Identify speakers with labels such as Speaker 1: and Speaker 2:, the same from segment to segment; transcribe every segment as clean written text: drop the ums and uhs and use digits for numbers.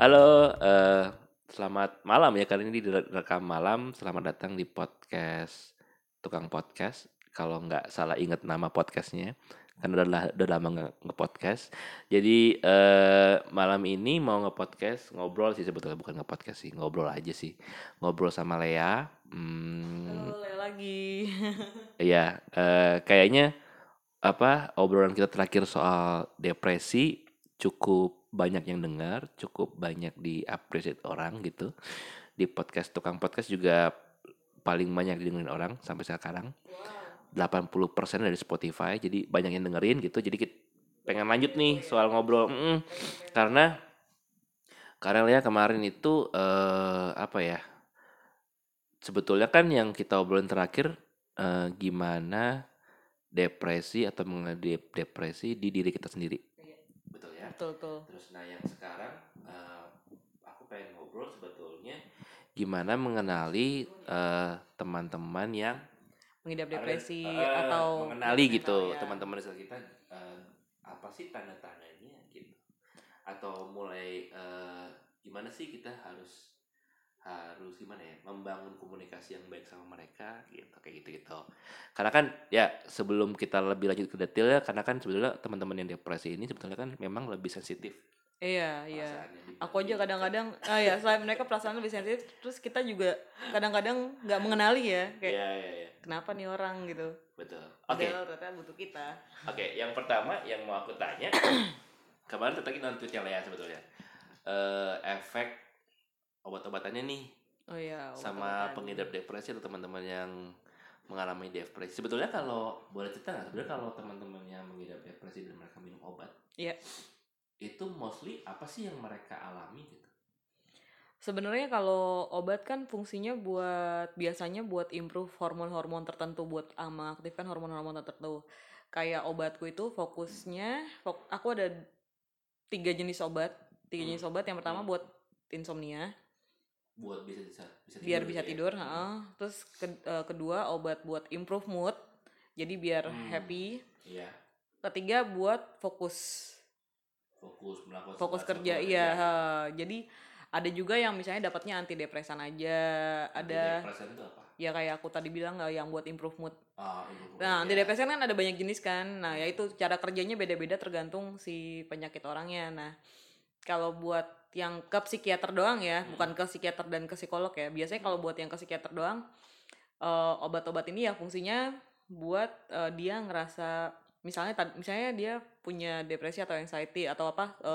Speaker 1: Halo, selamat malam ya. Kali ini direkam malam. Selamat datang di podcast Tukang Podcast. Kalau nggak salah ingat nama podcastnya, kan udah lama nggak nge-podcast. Jadi malam ini mau nge-podcast, ngobrol sih sebetulnya, bukan nge-podcast sih, ngobrol aja sih. Ngobrol sama Lea.
Speaker 2: Halo, Lea lagi.
Speaker 1: Iya, kayaknya obrolan kita terakhir soal depresi cukup banyak yang dengar, cukup banyak di-appreciate orang gitu. Di podcast Tukang Podcast juga paling banyak didengerin orang sampai sekarang.
Speaker 2: Wow.
Speaker 1: 80% dari Spotify, jadi banyak yang dengerin gitu. Jadi kita pengen lanjut
Speaker 2: Kepo
Speaker 1: nih
Speaker 2: ya.
Speaker 1: soal ngobrol.
Speaker 2: Pengen kepo.
Speaker 1: Karena Lea kemarin itu sebetulnya kan yang kita obrolin terakhir gimana depresi atau mengenai depresi di diri kita sendiri.
Speaker 2: Iya.
Speaker 1: Betul ya.
Speaker 2: Betul.
Speaker 1: Terus yang sekarang aku pengen ngobrol sebetulnya gimana mengenali teman-teman yang
Speaker 2: Mengidap
Speaker 1: ada
Speaker 2: depresi atau
Speaker 1: mengenali
Speaker 2: mental
Speaker 1: gitu
Speaker 2: ya.
Speaker 1: teman-teman di sekitar kita apa sih tanda-tandanya gitu, atau mulai gimana sih kita harus gimana ya, membangun komunikasi yang baik sama mereka gitu, kayak gitu. Karena kan ya sebelum kita lebih lanjut ke detail ya, karena kan sebetulnya teman-teman yang depresi ini sebetulnya kan memang lebih sensitif
Speaker 2: Iya.
Speaker 1: perasaannya
Speaker 2: Aku aja
Speaker 1: dibanding
Speaker 2: kadang-kadang, ya selain mereka perasaan lebih sensitif, terus kita juga kadang-kadang nggak mengenali ya, kayak
Speaker 1: Iya,
Speaker 2: kenapa nih orang gitu.
Speaker 1: betul.
Speaker 2: Padahal ternyata butuh kita.
Speaker 1: Oke, yang pertama yang mau aku tanya, kemarin tadi nonton tweetnya Lea sebetulnya, efek obat-obatannya nih
Speaker 2: Oh iya,
Speaker 1: sama
Speaker 2: obat-obatan.
Speaker 1: pengidap depresi atau teman-teman yang mengalami depresi. Sebetulnya kalau boleh cerita nggak, sebenarnya kalau teman-teman yang mengidap depresi dan mereka minum obat,
Speaker 2: Iya.
Speaker 1: itu mostly apa sih yang mereka alami gitu?
Speaker 2: Sebenarnya kalau obat kan fungsinya biasanya buat improve hormon-hormon tertentu, buat mengaktifkan hormon-hormon tertentu. Kayak obatku itu fokusnya, aku ada tiga jenis obat. Tiga
Speaker 1: Hmm,
Speaker 2: jenis obat. Yang pertama
Speaker 1: hmm.
Speaker 2: buat insomnia,
Speaker 1: Buat bisa
Speaker 2: biar
Speaker 1: tidur
Speaker 2: bisa
Speaker 1: gitu ya?
Speaker 2: tidur. Terus kedua obat buat improve mood, jadi biar happy.
Speaker 1: Iya.
Speaker 2: Ketiga buat fokus.
Speaker 1: Melakukan
Speaker 2: Fokus
Speaker 1: suatu
Speaker 2: kerja, iya.
Speaker 1: kerja gitu.
Speaker 2: Jadi ada juga yang misalnya dapatnya antidepresan aja, ada
Speaker 1: Antidepresan itu apa?
Speaker 2: ya kayak aku tadi bilang nggak, yang buat improve mood.
Speaker 1: Ibu
Speaker 2: Nah,
Speaker 1: ya.
Speaker 2: antidepresan kan ada banyak jenis kan. Nah, ya itu cara kerjanya beda-beda tergantung si penyakit orangnya. Nah, kalau buat yang ke psikiater doang ya, bukan ke psikiater dan ke psikolog ya. Biasanya kalau buat yang ke psikiater doang, obat-obat ini ya fungsinya buat dia ngerasa, misalnya dia punya depresi atau anxiety atau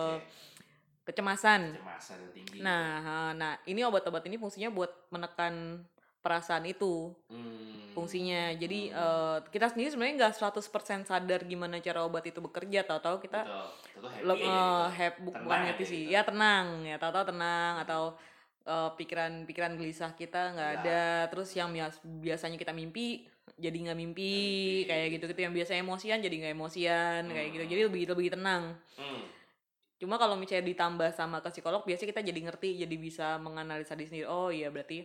Speaker 2: kecemasan.
Speaker 1: Kecemasan yang tinggi gitu.
Speaker 2: Nah, ini obat-obat ini fungsinya buat menekan perasaan itu. Fungsinya. Jadi kita sendiri sebenarnya nggak 100% sadar gimana cara obat itu bekerja. Tahu-tahu kita
Speaker 1: Betul. Happy aja gitu.
Speaker 2: bukan happy sih.
Speaker 1: Gitu.
Speaker 2: Ya tenang, ya tahu-tahu tenang, atau pikiran gelisah kita nggak ada. Terus yang biasanya kita mimpi jadi nggak mimpi, kayak gitu. Yang biasa emosian jadi nggak emosian, kayak gitu. Jadi lebih tenang. Cuma kalau misalnya ditambah sama ke psikolog, biasanya kita jadi ngerti, jadi bisa menganalisa diri sendiri. Oh iya, berarti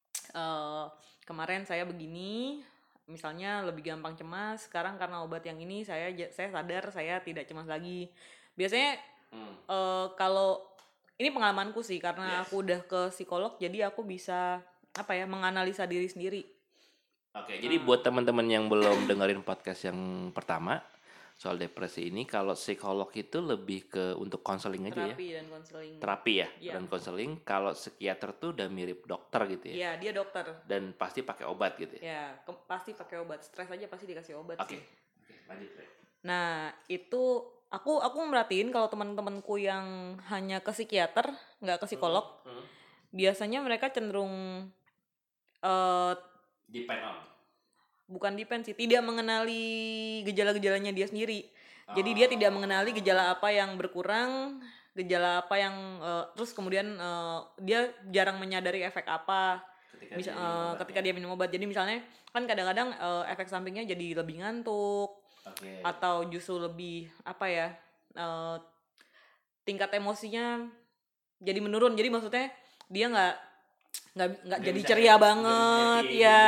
Speaker 2: kemarin saya begini, misalnya lebih gampang cemas. Sekarang karena obat yang ini saya sadar saya tidak cemas lagi. Biasanya kalau ini pengalamanku sih, karena aku udah ke psikolog, jadi aku bisa menganalisa diri sendiri.
Speaker 1: Oke, jadi buat teman-teman yang belum dengerin podcast yang pertama soal depresi ini, kalau psikolog itu lebih ke untuk konseling aja ya.
Speaker 2: Terapi dan konseling.
Speaker 1: Terapi ya,
Speaker 2: Iya.
Speaker 1: dan konseling. Kalau psikiater tuh udah mirip dokter gitu ya.
Speaker 2: Iya, dia dokter.
Speaker 1: Dan pasti pakai obat gitu ya.
Speaker 2: Ya, pasti pakai obat. Stres aja pasti dikasih obat sih.
Speaker 1: Oke, lanjut deh.
Speaker 2: Nah, itu aku merhatiin kalau teman-temanku yang hanya ke psikiater, nggak ke psikolog, biasanya mereka cenderung
Speaker 1: Depend on.
Speaker 2: bukan depend sih, tidak mengenali gejala-gejalanya dia sendiri. Jadi dia tidak mengenali gejala apa yang berkurang, gejala apa yang terus kemudian dia jarang menyadari efek apa ketika dia minum obat. Jadi misalnya kan kadang-kadang efek sampingnya jadi lebih ngantuk, atau justru lebih tingkat emosinya jadi menurun. Jadi maksudnya dia nggak jadi ceria banget ya,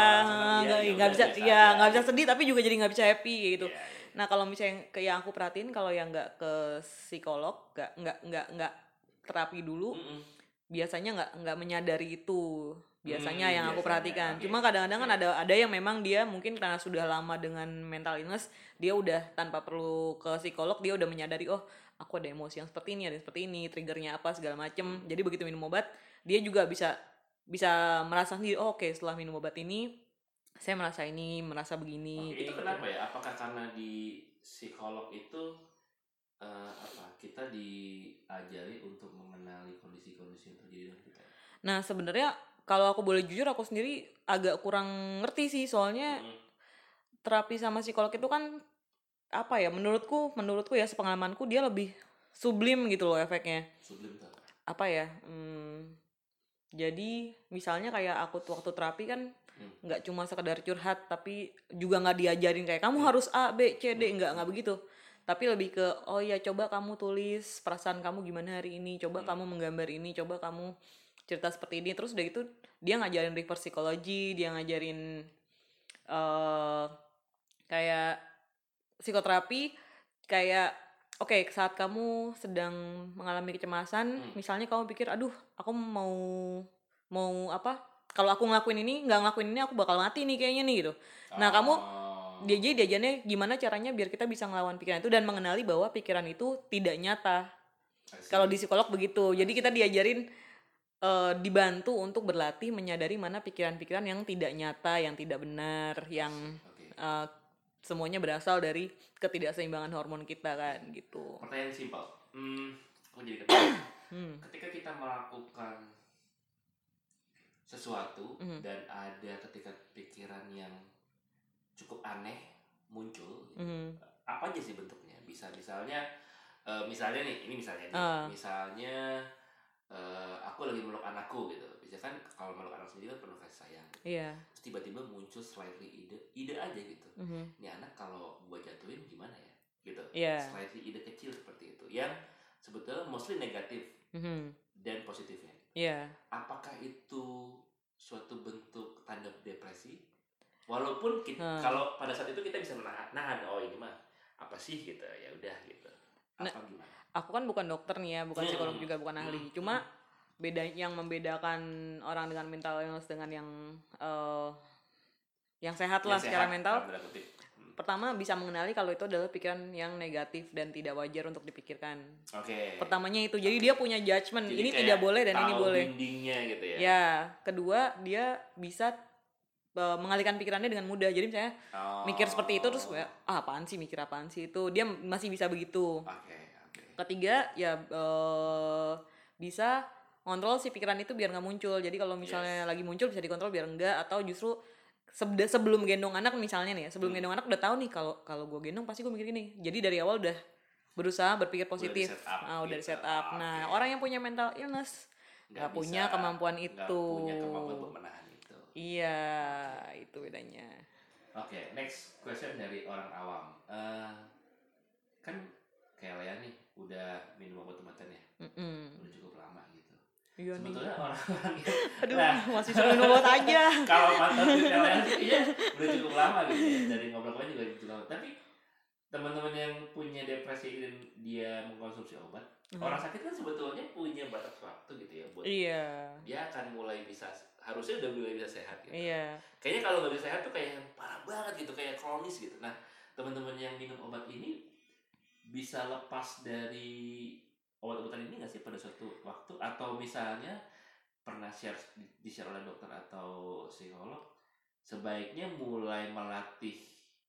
Speaker 2: nggak bisa sedih tapi juga jadi nggak bisa happy gitu. Nah, kalau misalnya yang aku perhatiin, kalau yang nggak ke psikolog, nggak terapi dulu,
Speaker 1: Mm-mm.
Speaker 2: biasanya nggak menyadari itu. Biasanya yang aku
Speaker 1: Biasanya,
Speaker 2: perhatikan.
Speaker 1: oke.
Speaker 2: Cuma kadang-kadang kan ada yang memang dia mungkin karena sudah lama dengan mental illness, dia udah tanpa perlu ke psikolog, dia udah menyadari, oh aku ada emosi yang seperti ini, ada yang seperti ini, triggernya apa segala macem. Jadi begitu minum obat, dia juga bisa merasa sendiri, oh, oke, setelah minum obat ini saya merasa begini,
Speaker 1: Oke, itu
Speaker 2: kayak gitu.
Speaker 1: kenapa ya? Apakah karena di psikolog itu kita diajari untuk mengenali kondisi-kondisi yang terjadi dengan kita?
Speaker 2: Nah, sebenarnya kalau aku boleh jujur, aku sendiri agak kurang ngerti sih, soalnya
Speaker 1: Mm-mm.
Speaker 2: terapi sama psikolog itu kan apa ya, menurutku ya, sepengalamanku dia lebih sublim gitu loh efeknya.
Speaker 1: Sublim tuh apa?
Speaker 2: Apa ya, jadi misalnya kayak aku waktu terapi kan nggak cuma sekedar curhat, tapi juga nggak diajarin kayak kamu harus A B C D, nggak begitu, tapi lebih ke, oh ya coba kamu tulis perasaan kamu gimana hari ini, coba kamu menggambar ini, coba kamu cerita seperti ini. Terus udah gitu dia ngajarin reverse psychology, dia ngajarin eh kayak psikoterapi, kayak oke, saat kamu sedang mengalami kecemasan, misalnya kamu pikir, aduh aku mau apa, kalau aku ngelakuin ini, nggak ngelakuin ini, aku bakal mati nih kayaknya nih gitu. Nah kamu, jadi diajarnya gimana caranya biar kita bisa ngelawan pikiran itu dan mengenali bahwa pikiran itu tidak nyata. Kalau di psikolog begitu, jadi kita diajarin dibantu untuk berlatih menyadari mana pikiran-pikiran yang tidak nyata, yang tidak benar, yang
Speaker 1: Oke.
Speaker 2: semuanya berasal dari ketidakseimbangan hormon kita kan gitu.
Speaker 1: Pertanyaan simpel. Aku jadi ketanya. Ketika kita melakukan sesuatu dan ada ketika pikiran yang cukup aneh muncul, gitu, apa aja sih bentuknya? Bisa misalnya nih, ini misalnya nih, misalnya aku lagi meluk anakku gitu. Biasanya kan kalau meluk anak sendiri kan penuh kasih sayang. Gitu.
Speaker 2: Iya.
Speaker 1: Terus tiba-tiba muncul slightly ide aja gitu. Ini anak kalau gua jatuhin gimana ya? Gitu.
Speaker 2: Iya.
Speaker 1: Slightly ide kecil seperti itu. Yang sebetulnya mostly negatif dan positifnya.
Speaker 2: Iya.
Speaker 1: Apakah itu suatu bentuk tanda depresi? Walaupun kalau pada saat itu kita bisa nahan, oh ini mah apa sih gitu, ya udah gitu. Apa gimana?
Speaker 2: Aku kan bukan dokter nih ya, bukan psikolog juga, bukan ahli. Cuma yang membedakan orang dengan mental illness dengan yang sehat lah secara mental. Pertama, bisa mengenali kalau itu adalah pikiran yang negatif dan tidak wajar untuk dipikirkan.
Speaker 1: Oke.
Speaker 2: Pertamanya itu, jadi dia punya judgement,
Speaker 1: Jadi
Speaker 2: ini tidak boleh dan ini boleh.
Speaker 1: Dindingnya gitu ya.
Speaker 2: Ya, kedua dia bisa mengalihkan pikirannya dengan mudah. Jadi misalnya mikir seperti itu terus kayak, apaan sih, mikir apaan sih itu, dia masih bisa begitu.
Speaker 1: Oke.
Speaker 2: Ketiga ya bisa ngontrol si pikiran itu biar nggak muncul. Jadi kalau misalnya lagi muncul bisa dikontrol biar enggak, atau justru sebelum gendong anak misalnya nih ya, sebelum gendong anak udah tahu nih kalau gue gendong pasti gue mikir gini. Jadi dari awal udah berusaha berpikir positif. Udah di set up. Nah, orang yang punya mental illness nggak punya kemampuan itu.
Speaker 1: Nggak punya kemampuan untuk menahan itu.
Speaker 2: Iya, itu bedanya.
Speaker 1: Oke, next question dari orang awam. Kan kayak Lea nih udah minum obat-obatan ya, udah cukup lama gitu.
Speaker 2: Iya
Speaker 1: Sebetulnya
Speaker 2: nih.
Speaker 1: orang-orang
Speaker 2: Aduh, masih suruh minum obat aja.
Speaker 1: Kalau mantan Lea sih kayaknya udah cukup lama gitu ya, dari ngobrol-ngobrol juga cukup lama. Tapi teman-teman yang punya depresi dan dia mengkonsumsi obat, orang sakit kan sebetulnya punya batas waktu gitu ya buat dia akan mulai bisa, harusnya udah mulai bisa sehat gitu.
Speaker 2: Iya.
Speaker 1: Kayaknya kalau nggak bisa sehat tuh kayak parah banget gitu, kayak kronis gitu. Nah, teman-teman yang minum obat ini bisa lepas dari obat-obatan ini nggak sih pada suatu waktu, atau misalnya pernah di-share oleh dokter atau psikolog sebaiknya mulai melatih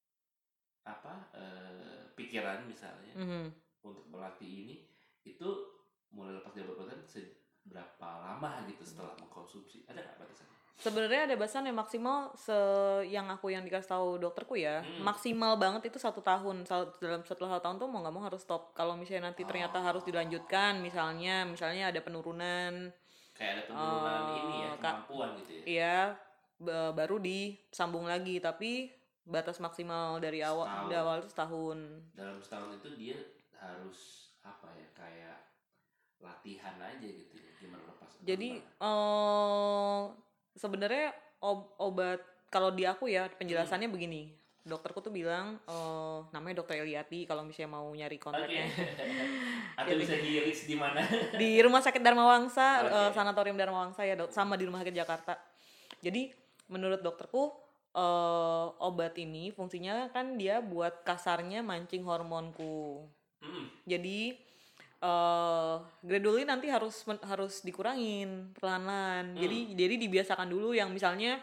Speaker 1: pikiran misalnya untuk melatih ini itu mulai lepas dari obat-obatan seberapa lama gitu setelah mengkonsumsi, ada nggak batasannya?
Speaker 2: Sebenarnya ada batasan yang maksimal yang dikasih tahu dokterku ya, maksimal banget itu 1 tahun. Dalam setelah 1 tahun tuh mau nggak mau harus stop. Kalau misalnya nanti ternyata harus dilanjutkan, misalnya ada penurunan,
Speaker 1: kayak ada penurunan ini ya, kemampuan gitu ya.
Speaker 2: Iya, baru disambung lagi, tapi batas maksimal dari awal itu setahun.
Speaker 1: Dalam setahun itu dia harus apa ya, kayak latihan aja gitu ya, gimana lepas.
Speaker 2: Jadi sebenarnya obat, kalau di aku ya penjelasannya begini. dokterku tuh bilang, namanya Dokter Eliati kalau misalnya mau nyari
Speaker 1: Oke.
Speaker 2: kontaknya.
Speaker 1: Atau bisa di reach di mana?
Speaker 2: Di Rumah Sakit Dharma Wangsa,
Speaker 1: Oke.
Speaker 2: Sanatorium Dharma Wangsa ya, sama di Rumah Sakit Jakarta. Jadi menurut dokterku obat ini fungsinya kan dia buat kasarnya mancing hormonku. Jadi gradually nanti harus dikurangin perlahan-lahan. Jadi dibiasakan dulu yang misalnya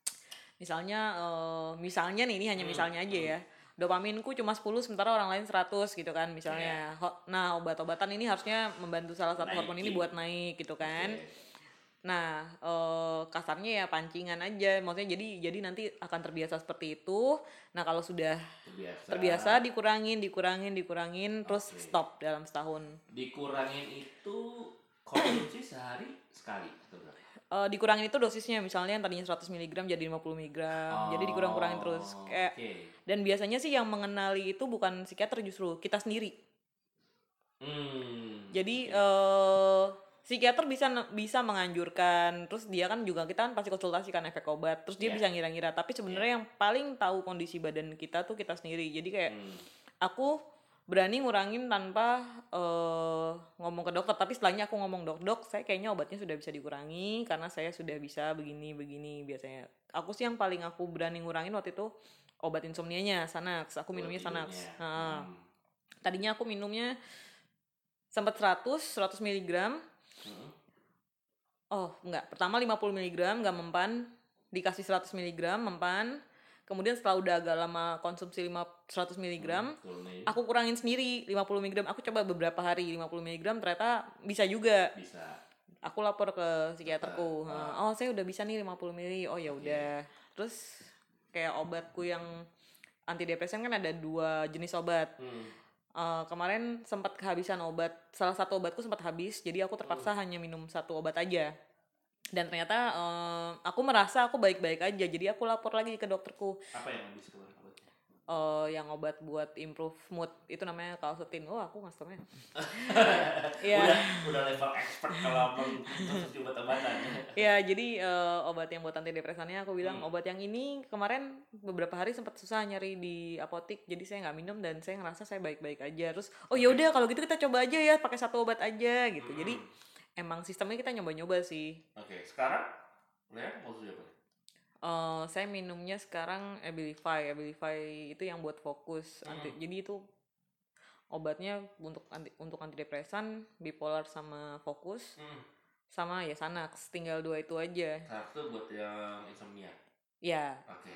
Speaker 2: nih, ini hanya misalnya aja ya. Dopaminku cuma 10 sementara orang lain 100 gitu kan misalnya. Nah, obat-obatan ini harusnya membantu salah satu hormon ini buat naik gitu kan. Nah, kasarnya ya pancingan aja. Maksudnya jadi nanti akan terbiasa seperti itu. Nah, kalau sudah terbiasa dikurangin terus stop dalam setahun.
Speaker 1: Dikurangin itu konsumsi sehari sekali atau berapa?
Speaker 2: Dikurangin itu dosisnya, misalnya yang tadinya 100 mg jadi 50 mg. Jadi dikurang-kurangin terus kayak. Dan biasanya sih yang mengenali itu bukan psikiater, justru kita sendiri. Jadi psikiater bisa menganjurkan, terus dia kan juga, kita kan pasti konsultasi kan efek obat, terus dia bisa ngira-ngira, tapi sebenarnya yang paling tahu kondisi badan kita tuh kita sendiri. Jadi kayak aku berani ngurangin tanpa ngomong ke dokter, tapi setelahnya aku ngomong, dok saya kayaknya obatnya sudah bisa dikurangi karena saya sudah bisa begini biasanya. Aku sih yang paling aku berani ngurangin waktu itu obat insomnianya Xanax. Aku minumnya Xanax. Tadinya aku minumnya sempat 100 mg. Oh enggak, pertama 50 mg nggak mempan, dikasih 100 mg mempan. Kemudian setelah udah agak lama konsumsi 100 mg, aku kurangin sendiri 50 mg. Aku coba beberapa hari 50 mg, ternyata bisa juga. Aku lapor ke psikiaterku. Oh, saya udah bisa nih 50 mg. Oh ya udah. Terus kayak obatku yang antidepresan kan ada 2 jenis obat. Kemarin sempat kehabisan obat. Salah satu obatku sempat habis, jadi aku terpaksa hanya minum 1 obat aja. Dan ternyata aku merasa aku baik-baik aja, jadi aku lapor lagi ke dokterku.
Speaker 1: Apa yang habis kemarin obatnya?
Speaker 2: Yang obat buat improve mood itu namanya Calcetin. Aku nggak tahu.
Speaker 1: Udah level expert kalau mengkonsumsi obat-obatan.
Speaker 2: Ya, jadi obat yang buat antidepresannya aku bilang obat yang ini kemarin beberapa hari sempat susah nyari di apotik, jadi saya nggak minum dan saya ngerasa saya baik-baik aja. Terus ya udah kalau gitu kita coba aja ya pakai 1 obat aja gitu. Jadi emang sistemnya kita nyoba-nyoba sih.
Speaker 1: Oke, sekarang Lea konsumsi apa?
Speaker 2: Saya minumnya sekarang Abilify itu yang buat fokus. Jadi itu obatnya untuk antidepresan, bipolar sama fokus, sama ya Xanax. Tinggal 2 itu aja.
Speaker 1: Satu buat yang insomnia.
Speaker 2: Ya.
Speaker 1: Oke.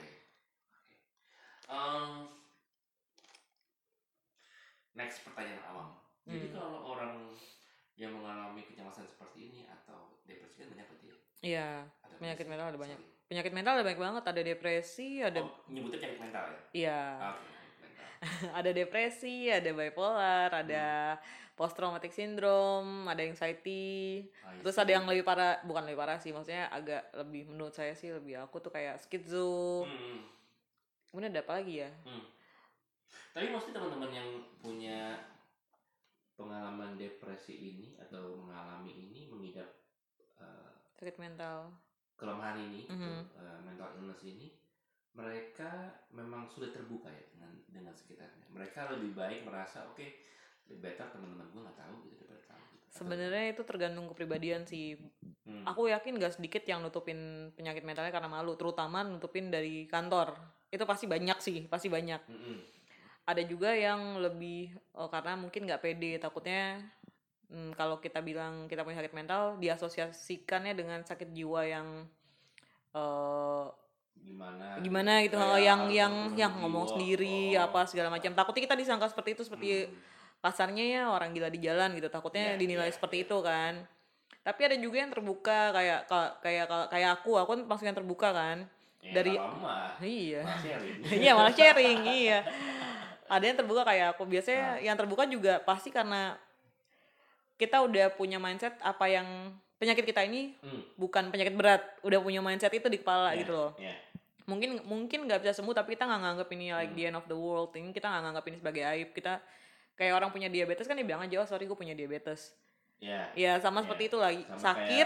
Speaker 1: Next, pertanyaan awam. Jadi kalau orang yang mengalami kecemasan seperti ini atau depresi kan banyak berarti ya?
Speaker 2: Iya, penyakit mental ada banyak. Penyakit mental ada banyak banget, ada depresi, ada
Speaker 1: nyebutnya penyakit mental ya?
Speaker 2: Iya. Ada depresi, ada bipolar, ada post traumatic syndrome, ada anxiety. Terus ada yang lebih parah, bukan lebih parah sih, maksudnya agak lebih, menurut saya sih lebih, aku tuh kayak schizo. Kemudian ada apa lagi ya?
Speaker 1: Tapi mesti teman-teman yang punya pengalaman depresi ini atau mengalami ini, mengidap
Speaker 2: sakit mental,
Speaker 1: kelemahan ini, mental illness ini, mereka memang sudah terbuka ya dengan sekitarnya. Mereka lebih baik merasa lebih better teman-teman gue nggak tahu gitu daripada tahu. Gitu.
Speaker 2: Sebenarnya itu tergantung kepribadian sih. Aku yakin gak sedikit yang nutupin penyakit mentalnya karena malu, terutama nutupin dari kantor. Itu pasti banyak sih, pasti banyak. Ada juga yang lebih karena mungkin nggak pede, takutnya kalau kita bilang kita punya sakit mental diasosiasikannya dengan sakit jiwa yang gimana gitu, yang ngomong sendiri apa segala macam. Takutnya kita disangka seperti itu, seperti kasarnya ya orang gila di jalan gitu, takutnya dinilai seperti itu kan. Tapi ada juga yang terbuka kayak aku kan maksudnya yang terbuka kan. Dari malah sharing. Iya. Ada yang terbuka kayak aku. Biasanya yang terbuka juga pasti karena kita udah punya mindset apa yang penyakit kita ini bukan penyakit berat, udah punya mindset itu di kepala gitu loh. Mungkin nggak bisa sembuh, tapi kita nggak nganggap ini like the end of the world. Ini kita nggak nganggap ini sebagai aib. Kita kayak orang punya diabetes kan dia bilang aja, sorry gue punya diabetes. Ya sama seperti itu lagi. Sakit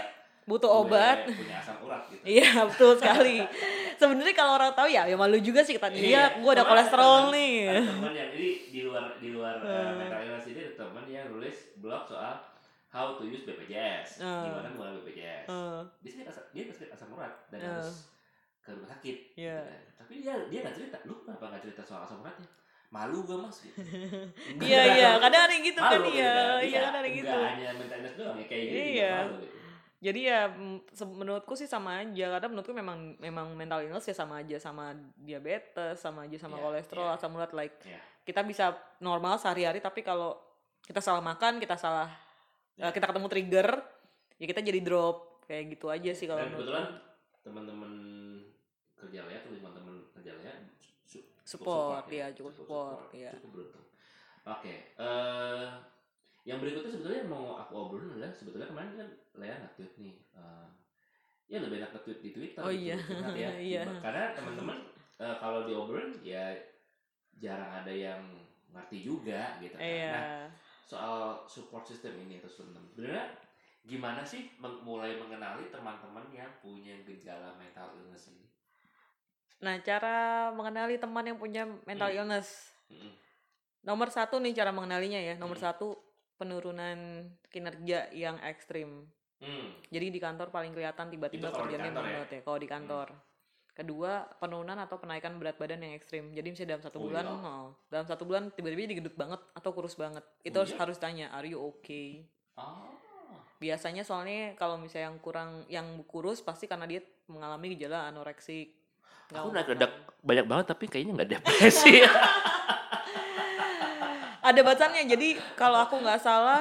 Speaker 2: butuh
Speaker 1: gue
Speaker 2: obat.
Speaker 1: punya asam urat gitu.
Speaker 2: Iya betul sekali. Sebenarnya kalau orang tahu ya malu juga sih kata dia, gue ada
Speaker 1: Sama
Speaker 2: kolesterol
Speaker 1: temen,
Speaker 2: nih.
Speaker 1: ada temen yang ini di luar mental illness ini ada temen yang nulis blog soal how to use BPJS, gimana menggunakan BPJS. Dia sakit asam urat dan harus ke rumah sakit.
Speaker 2: Iya.
Speaker 1: Gitu kan. Tapi dia nggak cerita, lu kenapa nggak cerita soal asam uratnya? Malu gue mas gitu.
Speaker 2: Iya, kadang ada yang gitu kan
Speaker 1: Malu,
Speaker 2: iya,
Speaker 1: kan?
Speaker 2: iya kadang ada yang gitu.
Speaker 1: Nggak hanya mental illness doang ya, kayak gini juga
Speaker 2: Iya.
Speaker 1: malu gitu.
Speaker 2: Jadi ya menurutku sih sama aja, karena menurutku memang mental illness ya sama aja sama diabetes, sama aja sama kolesterol, asam urat kita bisa normal sehari-hari tapi kalau kita salah makan, kita ketemu trigger, ya kita jadi drop kayak gitu aja sih kalau
Speaker 1: Dan kebetulan teman-teman kerja Lea atau teman-teman kerja Lea
Speaker 2: support
Speaker 1: ya,
Speaker 2: cukup support ya.
Speaker 1: Cukup beruntung. Oke, yang berikutnya sebetulnya mau aku obrolin adalah sebetulnya kemarin kan Lea nge-tweet nih, ya lebih enak nge-tweet di Twitter.
Speaker 2: Oh iya,
Speaker 1: ya.
Speaker 2: iya.
Speaker 1: Karena teman-teman kalau diobrolin ya jarang ada yang ngerti juga gitu kan.
Speaker 2: Iya.
Speaker 1: Nah, soal support system ini atau sebenarnya gimana sih mulai mengenali teman-teman yang punya gejala mental illness ini?
Speaker 2: Nah, cara mengenali teman yang punya mental illness. Nomor 1 nih cara mengenalinya ya. Nomor 1 penurunan kinerja yang ekstrim. Jadi di kantor paling kelihatan tiba-tiba kerjanya banget ya kalau di kantor. Kedua, penurunan atau penaikan berat badan yang ekstrim. Jadi misalnya dalam satu bulan tiba-tiba jadi gendut banget atau kurus banget. Itu harus tanya, are you okay? Biasanya soalnya kalau misalnya yang kurus pasti karena dia mengalami gejala anoreksik.
Speaker 1: Aku naik banyak banget tapi kayaknya nggak depresi.
Speaker 2: Ada batasannya. Jadi kalau aku nggak salah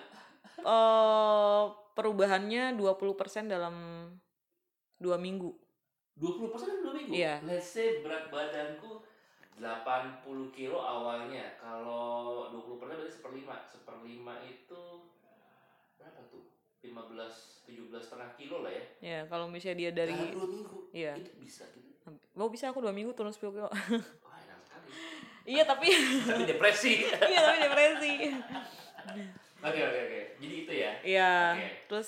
Speaker 2: perubahannya 20% dalam 2 minggu.
Speaker 1: 20% dalam 2 minggu?
Speaker 2: Iya.
Speaker 1: Let's say berat badanku 80 kilo awalnya. Kalau 20% berarti 1/5. 1/5 itu berapa tuh? 17,5 kilo lah ya.
Speaker 2: Ya, kalau misalnya dia dari
Speaker 1: dalam 2 minggu.
Speaker 2: Iya.
Speaker 1: Itu bisa gitu.
Speaker 2: Bisa aku 2 minggu turun 10 kilo.
Speaker 1: Wah, enak sekali.
Speaker 2: Iya, tapi
Speaker 1: depresi.
Speaker 2: Iya, tapi depresi.
Speaker 1: Oke. Jadi itu ya.
Speaker 2: Iya. Terus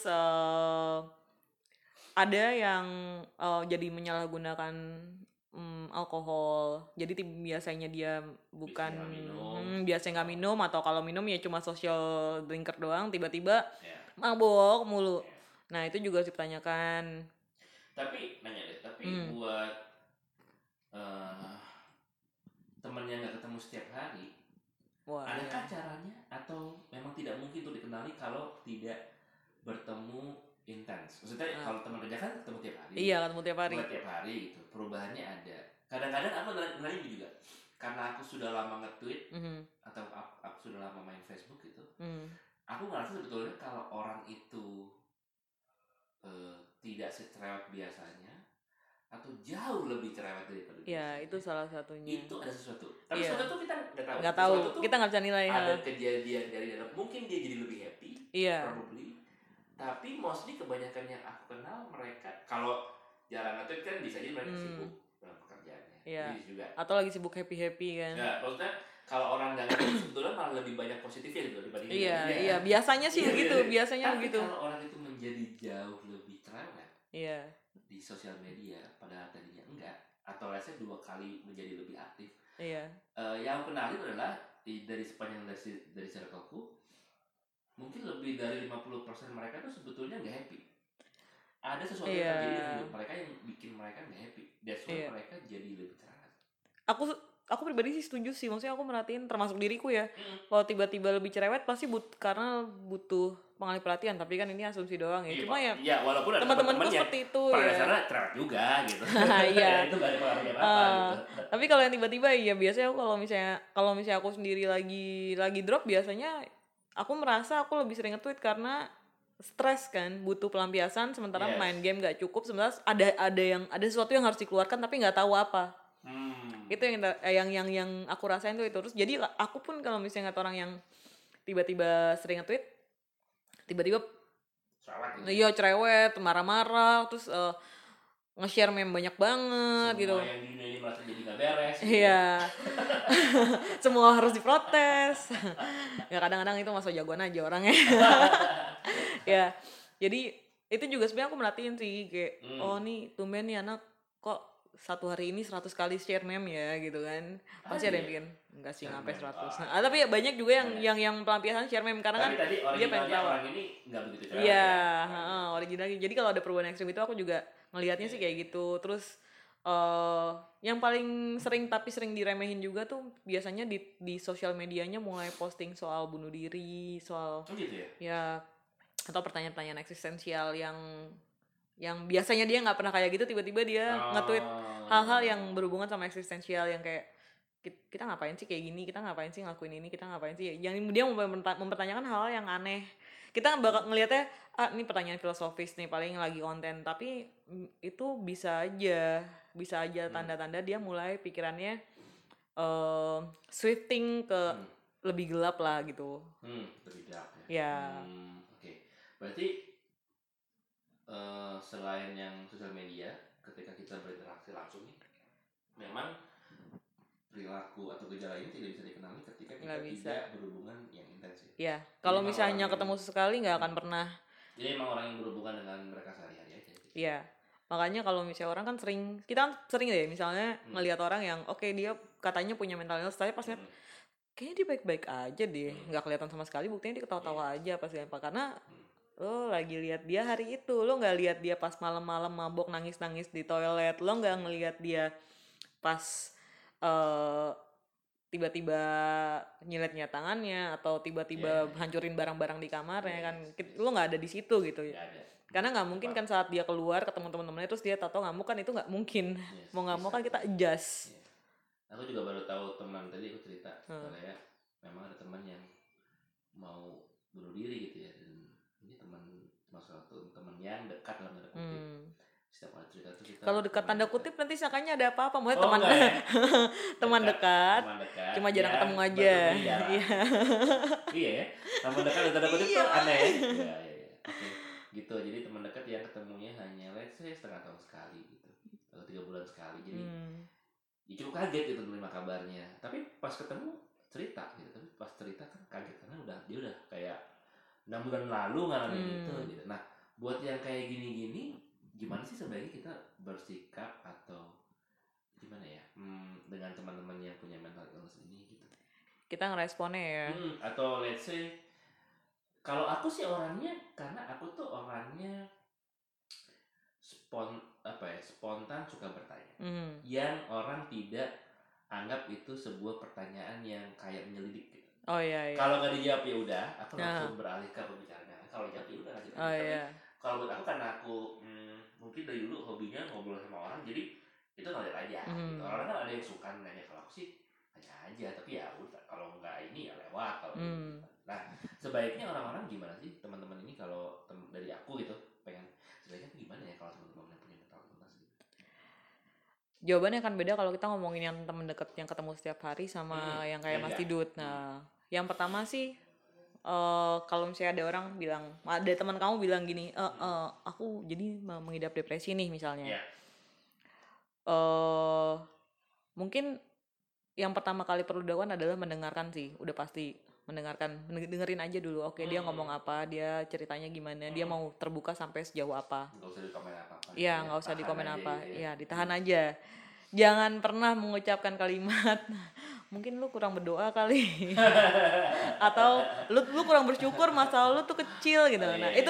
Speaker 2: ada yang jadi menyalahgunakan alkohol. Jadi biasanya dia biasanya nggak minum atau kalau minum ya cuma social drinker doang. Tiba-tiba mabok mulu. Nah itu juga harus ditanyakan.
Speaker 1: Tapi buat temen yang nggak ketemu setiap hari, adakah caranya atau memang tidak mungkin untuk dikenali kalau tidak bertemu intens? Maksudnya kalau teman kerja kan ketemu tiap hari.
Speaker 2: Iya, ketemu tiap hari.
Speaker 1: Tiap hari gitu. Perubahannya ada. Kadang-kadang aku ngenalin juga. Karena aku sudah lama nge-tweet atau aku sudah lama main Facebook gitu. Aku ngerasa sebetulnya kalau orang itu tidak secerewet biasanya atau jauh lebih cerewet daripada
Speaker 2: biasanya. Itu salah satunya.
Speaker 1: Itu ada sesuatu. Tapi sesuatu itu kita nggak tahu.
Speaker 2: Nggak tahu. Kita nggak bisa nilai.
Speaker 1: Ada kejadian dari dalam. Mungkin dia jadi lebih happy. Probably. Tapi mostly kebanyakan yang aku kenal mereka kalau jarang nge-tweet kan bisa jadi mereka sibuk dalam pekerjaannya. Jadi juga.
Speaker 2: Atau lagi sibuk happy kan.
Speaker 1: Ya, maksudnya kalau orang nggak nge-tweet sebetulnya malah lebih banyak positifnya gitu dibanding
Speaker 2: Iya, biasanya sih begitu, biasanya begitu.
Speaker 1: Tapi kalau orang itu menjadi jauh lebih cerewet di sosial media padahal tadinya enggak atau rasanya 2 kali menjadi lebih aktif. Yang aku kenalin adalah dari sepanjang dari circleku mungkin lebih dari 50% mereka tuh sebetulnya nggak happy. Ada sesuatu yang terjadi dengan hidup mereka yang bikin mereka nggak happy. That's why mereka jadi lebih cerewet.
Speaker 2: Aku pribadi sih setuju sih. Maksudnya aku merhatiin termasuk diriku ya. Kalau tiba-tiba lebih cerewet pasti karena butuh pengalih perhatian. Tapi kan ini asumsi doang ya. Cuma ya
Speaker 1: walaupun ada
Speaker 2: teman-temanku seperti itu
Speaker 1: pada dasarnya cerewet juga gitu.
Speaker 2: Iya.
Speaker 1: Itu gak ada pengaruhnya apa gitu.
Speaker 2: Tapi kalau yang tiba-tiba ya biasanya aku kalau misalnya aku sendiri lagi drop biasanya aku merasa aku lebih sering nge-tweet karena stres kan, butuh pelampiasan sementara main game gak cukup, sebenarnya ada sesuatu yang harus dikeluarkan tapi nggak tahu apa. Itu yang aku rasain tuh itu. Terus jadi aku pun kalau misalnya ngeliat orang yang tiba-tiba sering nge-tweet, tiba-tiba cerewet, marah-marah, terus nge-share meme banyak banget.
Speaker 1: Semua
Speaker 2: gitu.
Speaker 1: Yang di dunia ini merasa jadi gak beres.
Speaker 2: Iya. Semua harus diprotes. Ya kadang-kadang itu masuk jagoan aja orangnya. Ya. Jadi itu juga sebenarnya aku merhatiin sih kayak oh nih tumben nih anak kok satu hari ini 100 kali share meme ya gitu kan. Pasti ada yang bikin enggak sih
Speaker 1: Share
Speaker 2: sampai
Speaker 1: meme.
Speaker 2: 100. Nah, tapi ya banyak juga yang pelampiasan share meme karena
Speaker 1: Tapi
Speaker 2: kan
Speaker 1: tadi
Speaker 2: dia pengen
Speaker 1: originalnya
Speaker 2: tahu.
Speaker 1: orang ini nggak begitu cerewet
Speaker 2: Iya,
Speaker 1: ya.
Speaker 2: originalnya. Jadi kalau ada perubahan ekstrim itu aku juga ngelihatnya sih kayak gitu. Terus yang paling sering tapi sering diremehin juga tuh biasanya di sosial medianya mulai posting soal bunuh diri, soal
Speaker 1: Oh gitu ya.
Speaker 2: ya atau pertanyaan-pertanyaan eksistensial yang biasanya dia nggak pernah kayak gitu, tiba-tiba dia nge-tweet hal-hal yang berhubungan sama eksistensial yang kayak kita ngapain sih kayak gini, kita ngapain sih ngelakuin ini, kita ngapain sih, yang dia mempertanyakan hal-hal yang aneh. Kita bakal ngelihatnya ini pertanyaan filosofis nih paling lagi konten, tapi itu bisa aja tanda-tanda dia mulai pikirannya swifting ke lebih gelap lah gitu.
Speaker 1: Lebih gelap ya.
Speaker 2: Ya.
Speaker 1: Oke. Berarti selain yang sosial media, ketika kita berinteraksi langsung nih, memang perilaku atau gejala ini tidak bisa dikenali ketika kita tidak berhubungan yang intens ya.
Speaker 2: Iya, kalau misalnya ketemu sekali nggak akan pernah.
Speaker 1: Jadi emang orang yang berhubungan dengan mereka sehari-hari aja.
Speaker 2: Iya, makanya kalau misalnya orang kan kita sering deh misalnya ngelihat orang yang oke, dia katanya punya mental illness, tapi pas lihat kayaknya dia baik-baik aja deh, nggak kelihatan sama sekali, buktinya dia ketawa-tawa aja pas apa, karena lo lagi lihat dia hari itu, lo nggak lihat dia pas malam-malam mabok nangis-nangis di toilet, lo nggak ngelihat dia pas tiba-tiba nyiletnya tangannya atau tiba-tiba hancurin barang-barang di kamarnya kan, lo nggak ada di situ gitu ya. Karena nggak mungkin kan saat dia keluar ketemu teman-temannya terus dia tato ngamuk kan, itu nggak mungkin. Mau nggak mau kan kita adjust.
Speaker 1: Aku juga baru tahu teman tadi aku cerita katanya memang ada teman yang mau bunuh diri gitu ya, dan ini salah satu teman yang dekat dalam tanda kutip. Setiap kali cerita tuh kita
Speaker 2: kalau dekat tanda kutip nanti sangkanya ada apa-apa, mau teman
Speaker 1: ya?
Speaker 2: teman dekat cuma jarang ketemu aja.
Speaker 1: Iya ya, teman dekat dan tanda kutip tuh aneh ya. Oke, gitu. Jadi teman dekat yang ketemunya hanya let's say setengah tahun sekali gitu atau 3 bulan sekali, jadi ya cukup kaget gitu menerima kabarnya, tapi pas ketemu cerita gitu, tapi pas cerita kan kaget karena dia udah kayak 6 bulan lalu ngalamin gitu. Nah buat yang kayak gini-gini gimana sih sebaiknya kita bersikap atau gimana ya dengan teman-teman yang punya mental illness ini gitu?
Speaker 2: Kita ngeresponnya ya.
Speaker 1: Atau let's say kalau aku sih orangnya, karena aku tuh orangnya spontan suka bertanya. Yang orang tidak anggap itu sebuah pertanyaan yang kayak menyelidik gitu.
Speaker 2: Oh iya.
Speaker 1: Kalau nggak dijawab ya udah, aku langsung beralih ke pembicaraan. Kalau dijawab ya udah lanjut. Tapi kalau buat aku, karena aku mungkin dari dulu hobinya ngobrol sama orang, jadi itu ngalir aja. Gitu. Orang kan ada yang suka nanya, kalau aku sih tanya aja, tapi ya udah, kalau nggak ini ya lewat. Kalau nah sebaiknya orang-orang gimana sih teman-teman ini, kalau dari aku gitu pengen sebaiknya gimana ya kalau teman-teman yang punya mental illness gitu?
Speaker 2: Jawabannya akan beda kalau kita ngomongin yang teman dekat yang ketemu setiap hari sama yang kayak Mas Tidut. Nah, yang pertama sih kalau misalnya ada orang bilang, ada teman kamu bilang gini, aku jadi mengidap depresi nih misalnya. Mungkin yang pertama kali perlu dilakukan adalah mendengarkan sih, udah pasti dengerin aja dulu. Oke, dia ngomong apa, dia ceritanya gimana, dia mau terbuka sampai sejauh apa.
Speaker 1: Nggak usah dikomen apa-apa.
Speaker 2: Iya, nggak usah dikomen apa. Iya, ditahan aja. Jangan pernah mengucapkan kalimat mungkin lu kurang berdoa kali atau lu kurang bersyukur, masalah lu tuh kecil gitu. Nah, itu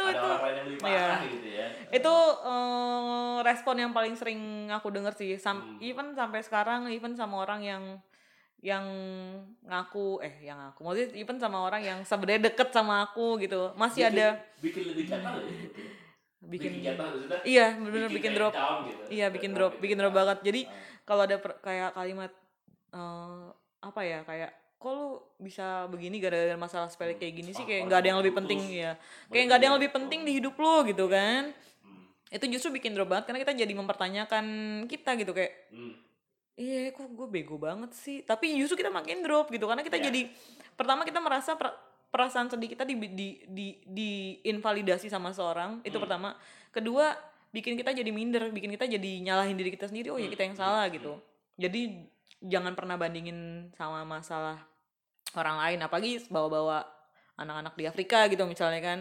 Speaker 2: itu respon yang paling sering aku denger sih, even sampai sekarang, even sama orang yang ngaku maksudnya even sama orang yang sebenarnya deket sama aku gitu, masih ada
Speaker 1: bikin lebih gatal ya.
Speaker 2: bikin
Speaker 1: gatal,
Speaker 2: iya benar-benar bikin drop
Speaker 1: gitu.
Speaker 2: Iya bikin drop banget. Jadi kalau ada kayak kalimat apa ya, kayak kok lu bisa begini gara-gara masalah sepele kayak gini sih, kayak nggak ada yang lebih penting ya, kayak nggak ada yang lebih penting di hidup lu gitu kan. Itu justru bikin drop banget karena kita jadi mempertanyakan kita gitu, kayak iya kok gue bego banget sih, tapi justru kita makin drop gitu karena kita jadi pertama kita merasa perasaan sedih kita diinvalidasi sama seorang, itu pertama. Kedua, bikin kita jadi minder, bikin kita jadi nyalahin diri kita sendiri, oh ya kita yang salah gitu. Jadi jangan pernah bandingin sama masalah orang lain, apalagi bawa-bawa anak-anak di Afrika gitu misalnya kan.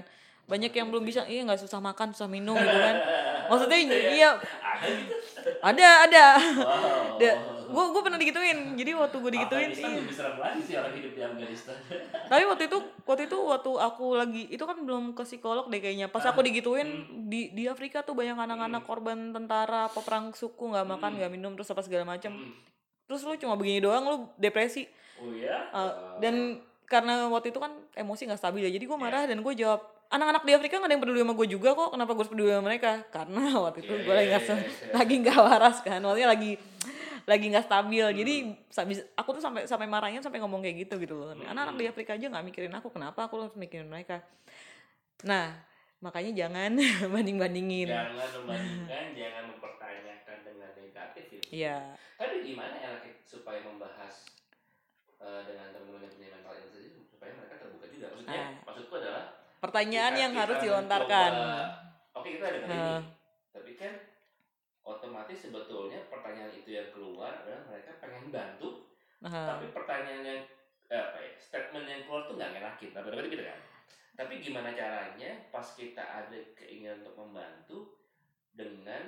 Speaker 2: banyak yang belum bisa, iya nggak susah makan susah minum gitu kan. Maksudnya iya
Speaker 1: Ada gitu.
Speaker 2: ada.
Speaker 1: Wow.
Speaker 2: Gue pernah digituin, jadi waktu gue digituin
Speaker 1: Afghanistan lebih serem lagi sih orang hidup di Afghanistan.
Speaker 2: tapi waktu aku lagi itu kan belum ke psikolog deh kayaknya, pas aku digituin di Afrika tuh banyak anak-anak korban tentara apa perang suku, nggak makan nggak minum terus apa segala macam, terus lu cuma begini doang lu depresi.
Speaker 1: Oh ya?
Speaker 2: Dan karena waktu itu kan emosi nggak stabil ya, jadi gue marah dan gue jawab, anak-anak di Afrika nggak ada yang peduli sama gue juga kok, kenapa gue harus peduli sama mereka? Karena waktu itu gue lagi nggak waras kan, maksudnya lagi nggak stabil, jadi aku tuh sampai marahnya sampai ngomong kayak gitu loh. Anak-anak di Afrika aja nggak mikirin aku, kenapa aku harus mikirin mereka? Nah makanya jangan banding-bandingin.
Speaker 1: Jangan membandingkan, jangan mempertanyakan dengan negatif ya.
Speaker 2: Iya.
Speaker 1: Tapi gimana ya supaya membahas dengan teman-teman yang punya mental illness itu supaya mereka terbuka juga. Maksudnya, maksudku adalah
Speaker 2: pertanyaan yang harus
Speaker 1: kita
Speaker 2: dilontarkan.
Speaker 1: Oke, kita ada ini, tapi kan otomatis sebetulnya pertanyaan itu yang keluar adalah mereka pengen bantu, tapi pertanyaan yang statement yang keluar tuh nggak ngenakin, tapi gitu kan. Tapi gimana caranya pas kita ada keinginan untuk membantu dengan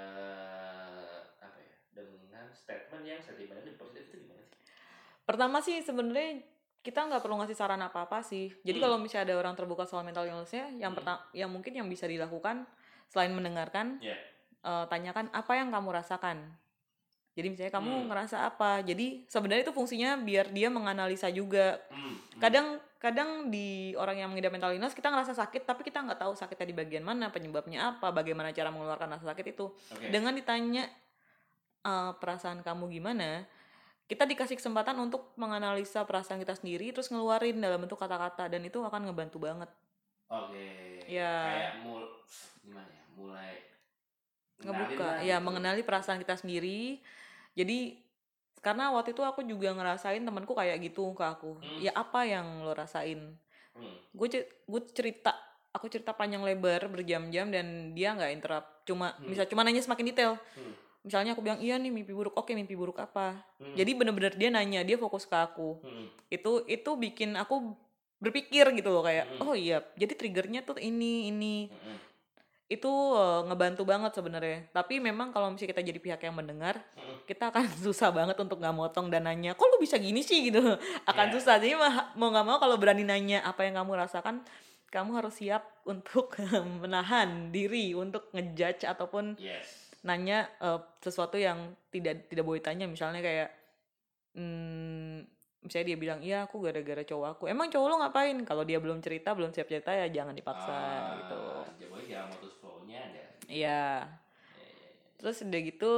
Speaker 1: dengan statement yang sentimennya positif itu gimana sih?
Speaker 2: Pertama sih sebenarnya kita nggak perlu ngasih saran apa-apa sih. Jadi kalau misalnya ada orang terbuka soal mental illness-nya, yang mungkin yang bisa dilakukan selain mendengarkan, tanyakan apa yang kamu rasakan. Jadi misalnya kamu ngerasa apa. Jadi sebenarnya itu fungsinya biar dia menganalisa juga. Kadang di orang yang mengidap mental illness kita ngerasa sakit tapi kita nggak tahu sakitnya di bagian mana, penyebabnya apa, bagaimana cara mengeluarkan rasa sakit itu. Dengan ditanya perasaan kamu gimana, kita dikasih kesempatan untuk menganalisa perasaan kita sendiri terus ngeluarin dalam bentuk kata-kata, dan itu akan ngebantu banget.
Speaker 1: Kayak gimana ya, mulai
Speaker 2: ngebuka ya gitu. Mengenali perasaan kita sendiri. Jadi karena waktu itu aku juga ngerasain temanku kayak gitu ke aku. Ya apa yang lo rasain? Gue cerita panjang lebar berjam-jam dan dia nggak interrupt, cuma nanya semakin detail. Misalnya aku bilang iya nih mimpi buruk, oke mimpi buruk apa? Jadi bener-bener dia nanya, dia fokus ke aku. Itu bikin aku berpikir gitu loh, kayak oh iya jadi triggernya tuh ini. Itu ngebantu banget sebenarnya. Tapi memang kalau misalnya kita jadi pihak yang mendengar, kita akan susah banget untuk nggak motong dan nanya kok lu bisa gini sih gitu. Akan susah. Jadi mau nggak mau kalau berani nanya apa yang kamu rasakan, kamu harus siap untuk menahan diri untuk ngejudge ataupun nanya sesuatu yang tidak boleh tanya. Misalnya kayak misalnya dia bilang iya aku gara-gara cowok aku. Emang cowok lo ngapain? Kalau dia belum siap cerita ya jangan dipaksa gitu.
Speaker 1: Jangan modus flow-nya ada.
Speaker 2: Iya. Terus udah gitu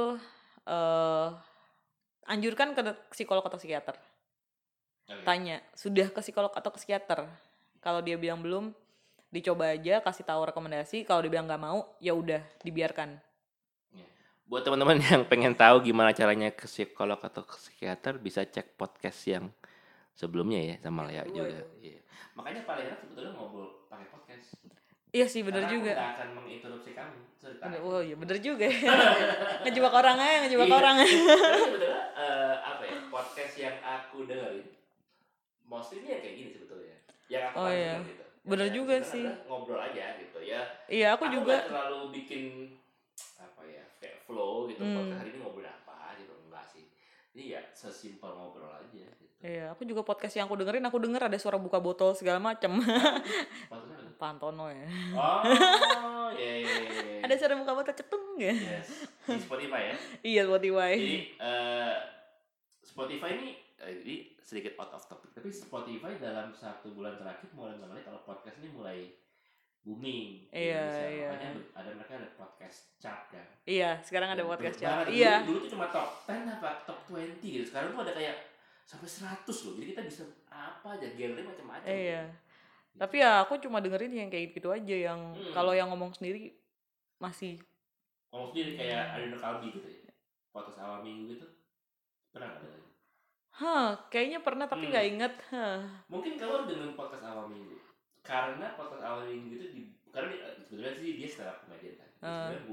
Speaker 2: anjurkan ke psikolog atau psikiater. Tanya sudah ke psikolog atau ke psikiater. Kalau dia bilang belum, dicoba aja, kasih tahu rekomendasi. Kalau dia bilang nggak mau, ya udah dibiarkan.
Speaker 1: Buat teman-teman yang pengen tahu gimana caranya ke psikolog atau ke psikiater, bisa cek podcast yang sebelumnya ya sama Lea juga. Iya. Makanya paling enak sebetulnya ngobrol pakai podcast.
Speaker 2: Iya sih, bener juga.
Speaker 1: Karena aku gak akan menginterupsi kamu.
Speaker 2: Oh iya bener juga ya. ngejebak orang.
Speaker 1: Karena sebetulnya podcast yang aku dengerin mostly ini kayak gini sebetulnya. Yang aku dengerin gitu.
Speaker 2: Bener juga sih.
Speaker 1: Ngobrol aja gitu ya.
Speaker 2: Iya aku juga.
Speaker 1: Gak terlalu bikin kayak flow gitu. Podcast hari ini ngobrol apa gitu, enggak sih. Jadi ya sesimpel ngobrol aja gitu.
Speaker 2: Iya, aku juga podcast yang aku denger ada suara buka botol segala macam. Pantono ya.
Speaker 1: Oh, iya.
Speaker 2: Ada suara buka botol cetung ya.
Speaker 1: Yes. Di Spotify ya.
Speaker 2: Iya, Spotify.
Speaker 1: Jadi Spotify ini jadi sedikit out of topic, tapi Spotify dalam 1 bulan terakhir mulai kalau podcast ini mulai booming.
Speaker 2: Iya.
Speaker 1: Makanya mereka ada podcast chart kan.
Speaker 2: Iya, sekarang ada podcast chart.
Speaker 1: Iya. Dulu tuh cuma top 10 apa top 20 gitu. Sekarang tuh ada kayak sampai 100 loh. Jadi kita bisa apa aja, genre macam-macam.
Speaker 2: Iya. Gitu. Tapi ya aku cuma dengerin yang kayak gitu aja, yang kalau yang ngomong sendiri masih
Speaker 1: ngomong sendiri kayak Arina Kalbi gitu ya. Podcast awal minggu gitu. Pernah enggak dengerin?
Speaker 2: Kayaknya pernah tapi nggak inget.
Speaker 1: Mungkin kamu dengan podcast awal minggu, karena podcast awal minggu itu karena sebetulnya sih dia stand up comedian kan, sebenarnya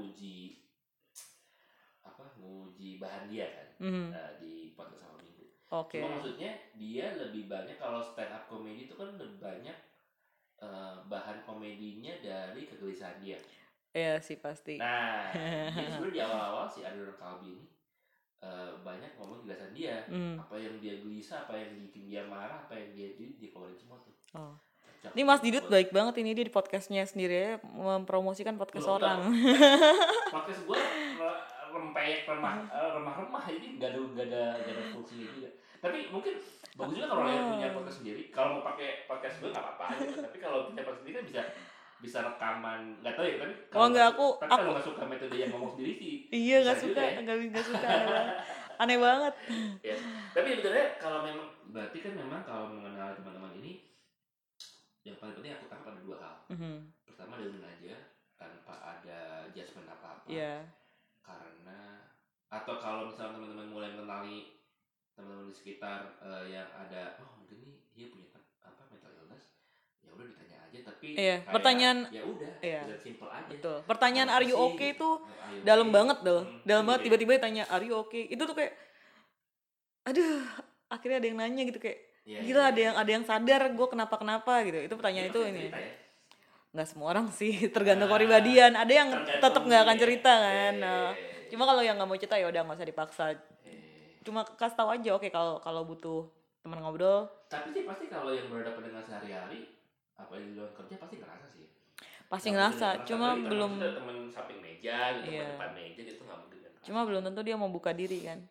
Speaker 1: nguji bahan dia kan di podcast awal minggu. Cuma maksudnya dia lebih banyak, kalau stand up comedy itu kan lebih banyak bahan komedinya dari kegelisahan dia.
Speaker 2: Iya sih pasti.
Speaker 1: Nah, jadi sebenarnya di awal-awal si Ardor Kalbi ini banyak ngomong kegelisahan dia. Apa yang dia gelisah, apa yang bikin dia marah, apa yang dia dikeluarin semua tuh.
Speaker 2: Oh. Ini Mas Didut baik banget ini, dia di podcastnya sendiri ya mempromosikan podcast orang.
Speaker 1: Podcast gue rempeyek remah-remah, jadi nggak ada fungsinya juga. Tapi mungkin bagus juga kalau yang punya podcast sendiri. Kalau mau pakai podcast gue nggak apa-apa gitu. Tapi kalau punya podcast sendiri kan bisa rekaman, nggak tahu ya, tapi kalau nggak suka metode yang ngomong sendiri sih.
Speaker 2: Iya, nggak suka, nggak suka, aneh banget.
Speaker 1: Ya. Tapi sebetulnya kalau memang berarti kan memang kalau mengenal teman-teman ini yang paling penting aku tangkap ada 2 hal. Pertama, dengerin aja tanpa ada judgement apa-apa.
Speaker 2: Yeah.
Speaker 1: Karena atau kalau misalnya teman-teman mulai mengenali teman-teman di sekitar yang ada, mungkin nih dia punya mental illness, ya udah ditanya aja. Tapi
Speaker 2: pertanyaan
Speaker 1: ya udah, simple aja.
Speaker 2: Betul. Pertanyaan are you okay tuh dalam banget loh. Dalam banget, tiba-tiba ditanya are you okay. Itu tuh kayak aduh, akhirnya ada yang nanya gitu kayak gila, ada yang sadar gue kenapa gitu. Itu pertanyaan itu ini. Nggak semua orang sih, tergantung kepribadian. Ada yang tetap nggak akan cerita kan. Cuma kalau yang nggak mau cerita ya udah nggak usah dipaksa. Cuma kasih tahu aja, oke, kalau butuh teman ngobrol.
Speaker 1: Tapi sih pasti kalau yang berhadapan dengan sehari-hari, apa yang di luar kerja pasti ngerasa sih.
Speaker 2: Pasti ngerasa, cuma belum.
Speaker 1: Teman samping meja, gitu, depan meja gitu nggak mungkin.
Speaker 2: Cuma belum tentu dia mau buka diri kan.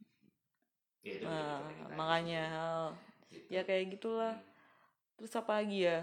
Speaker 1: Ya, itu
Speaker 2: makanya gitu. Ya kayak gitulah. Terus apa lagi ya?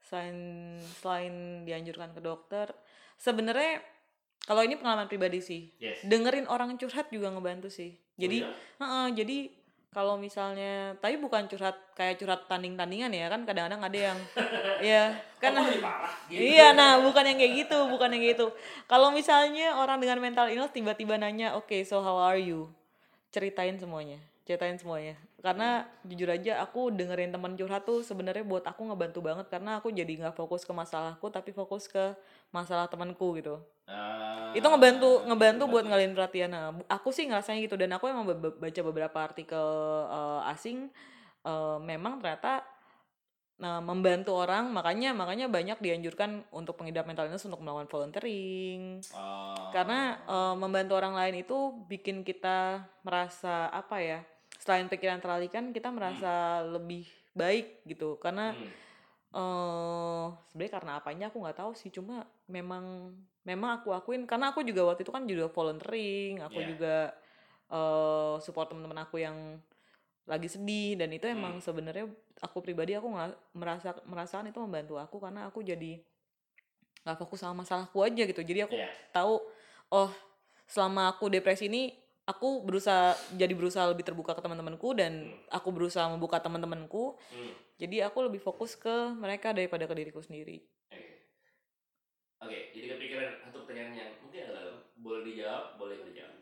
Speaker 2: Selain dianjurkan ke dokter, sebenarnya kalau ini pengalaman pribadi sih, dengerin orang curhat juga ngebantu sih. Jadi jadi kalau misalnya, tapi bukan curhat kayak curhat tanding-tandingan ya kan, kadang-kadang ada yang ya kan iya, nah bukan yang kayak gitu. Kalau misalnya orang dengan mental illness tiba-tiba nanya, "Oke, so how are you?" Ceritain semuanya. Karena jujur aja aku dengerin teman curhat tuh sebenarnya buat aku ngebantu banget, karena aku jadi nggak fokus ke masalahku tapi fokus ke masalah temanku gitu. Itu ngebantu buat ngalihin perhatian. Nah, aku sih ngerasanya gitu, dan aku emang baca beberapa artikel asing, memang ternyata membantu orang, makanya banyak dianjurkan untuk pengidap mental illness untuk melakukan volunteering. Karena membantu orang lain itu bikin kita merasa apa ya, selain pikiran teralihkan, kita merasa lebih baik gitu. Karena sebenarnya karena apanya aku nggak tahu sih, cuma memang aku akuin, karena aku juga waktu itu kan juga volunteering, aku juga support teman-teman aku yang lagi sedih, dan itu emang sebenarnya aku pribadi aku merasakan itu membantu aku, karena aku jadi nggak fokus sama masalahku aja gitu. Jadi aku tahu, selama aku depresi ini aku berusaha lebih terbuka ke teman-temanku, dan aku berusaha membuka teman-temanku. Jadi aku lebih fokus ke mereka daripada ke diriku sendiri.
Speaker 1: Oke, jadi kepikiran untuk pertanyaan yang mungkin boleh dijawab, boleh dijawab.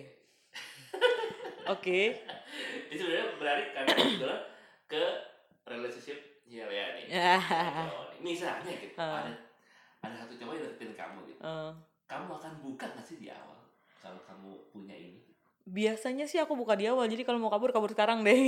Speaker 2: Oke.
Speaker 1: Ini sebenarnya berarti karena adalah ke relationship nih. Misalnya gitu, ada satu cowok yang deketin kamu gitu. Kamu akan buka nggak sih di awal kalau kamu punya ini?
Speaker 2: Biasanya sih aku buka di awal, jadi kalau mau kabur sekarang deh.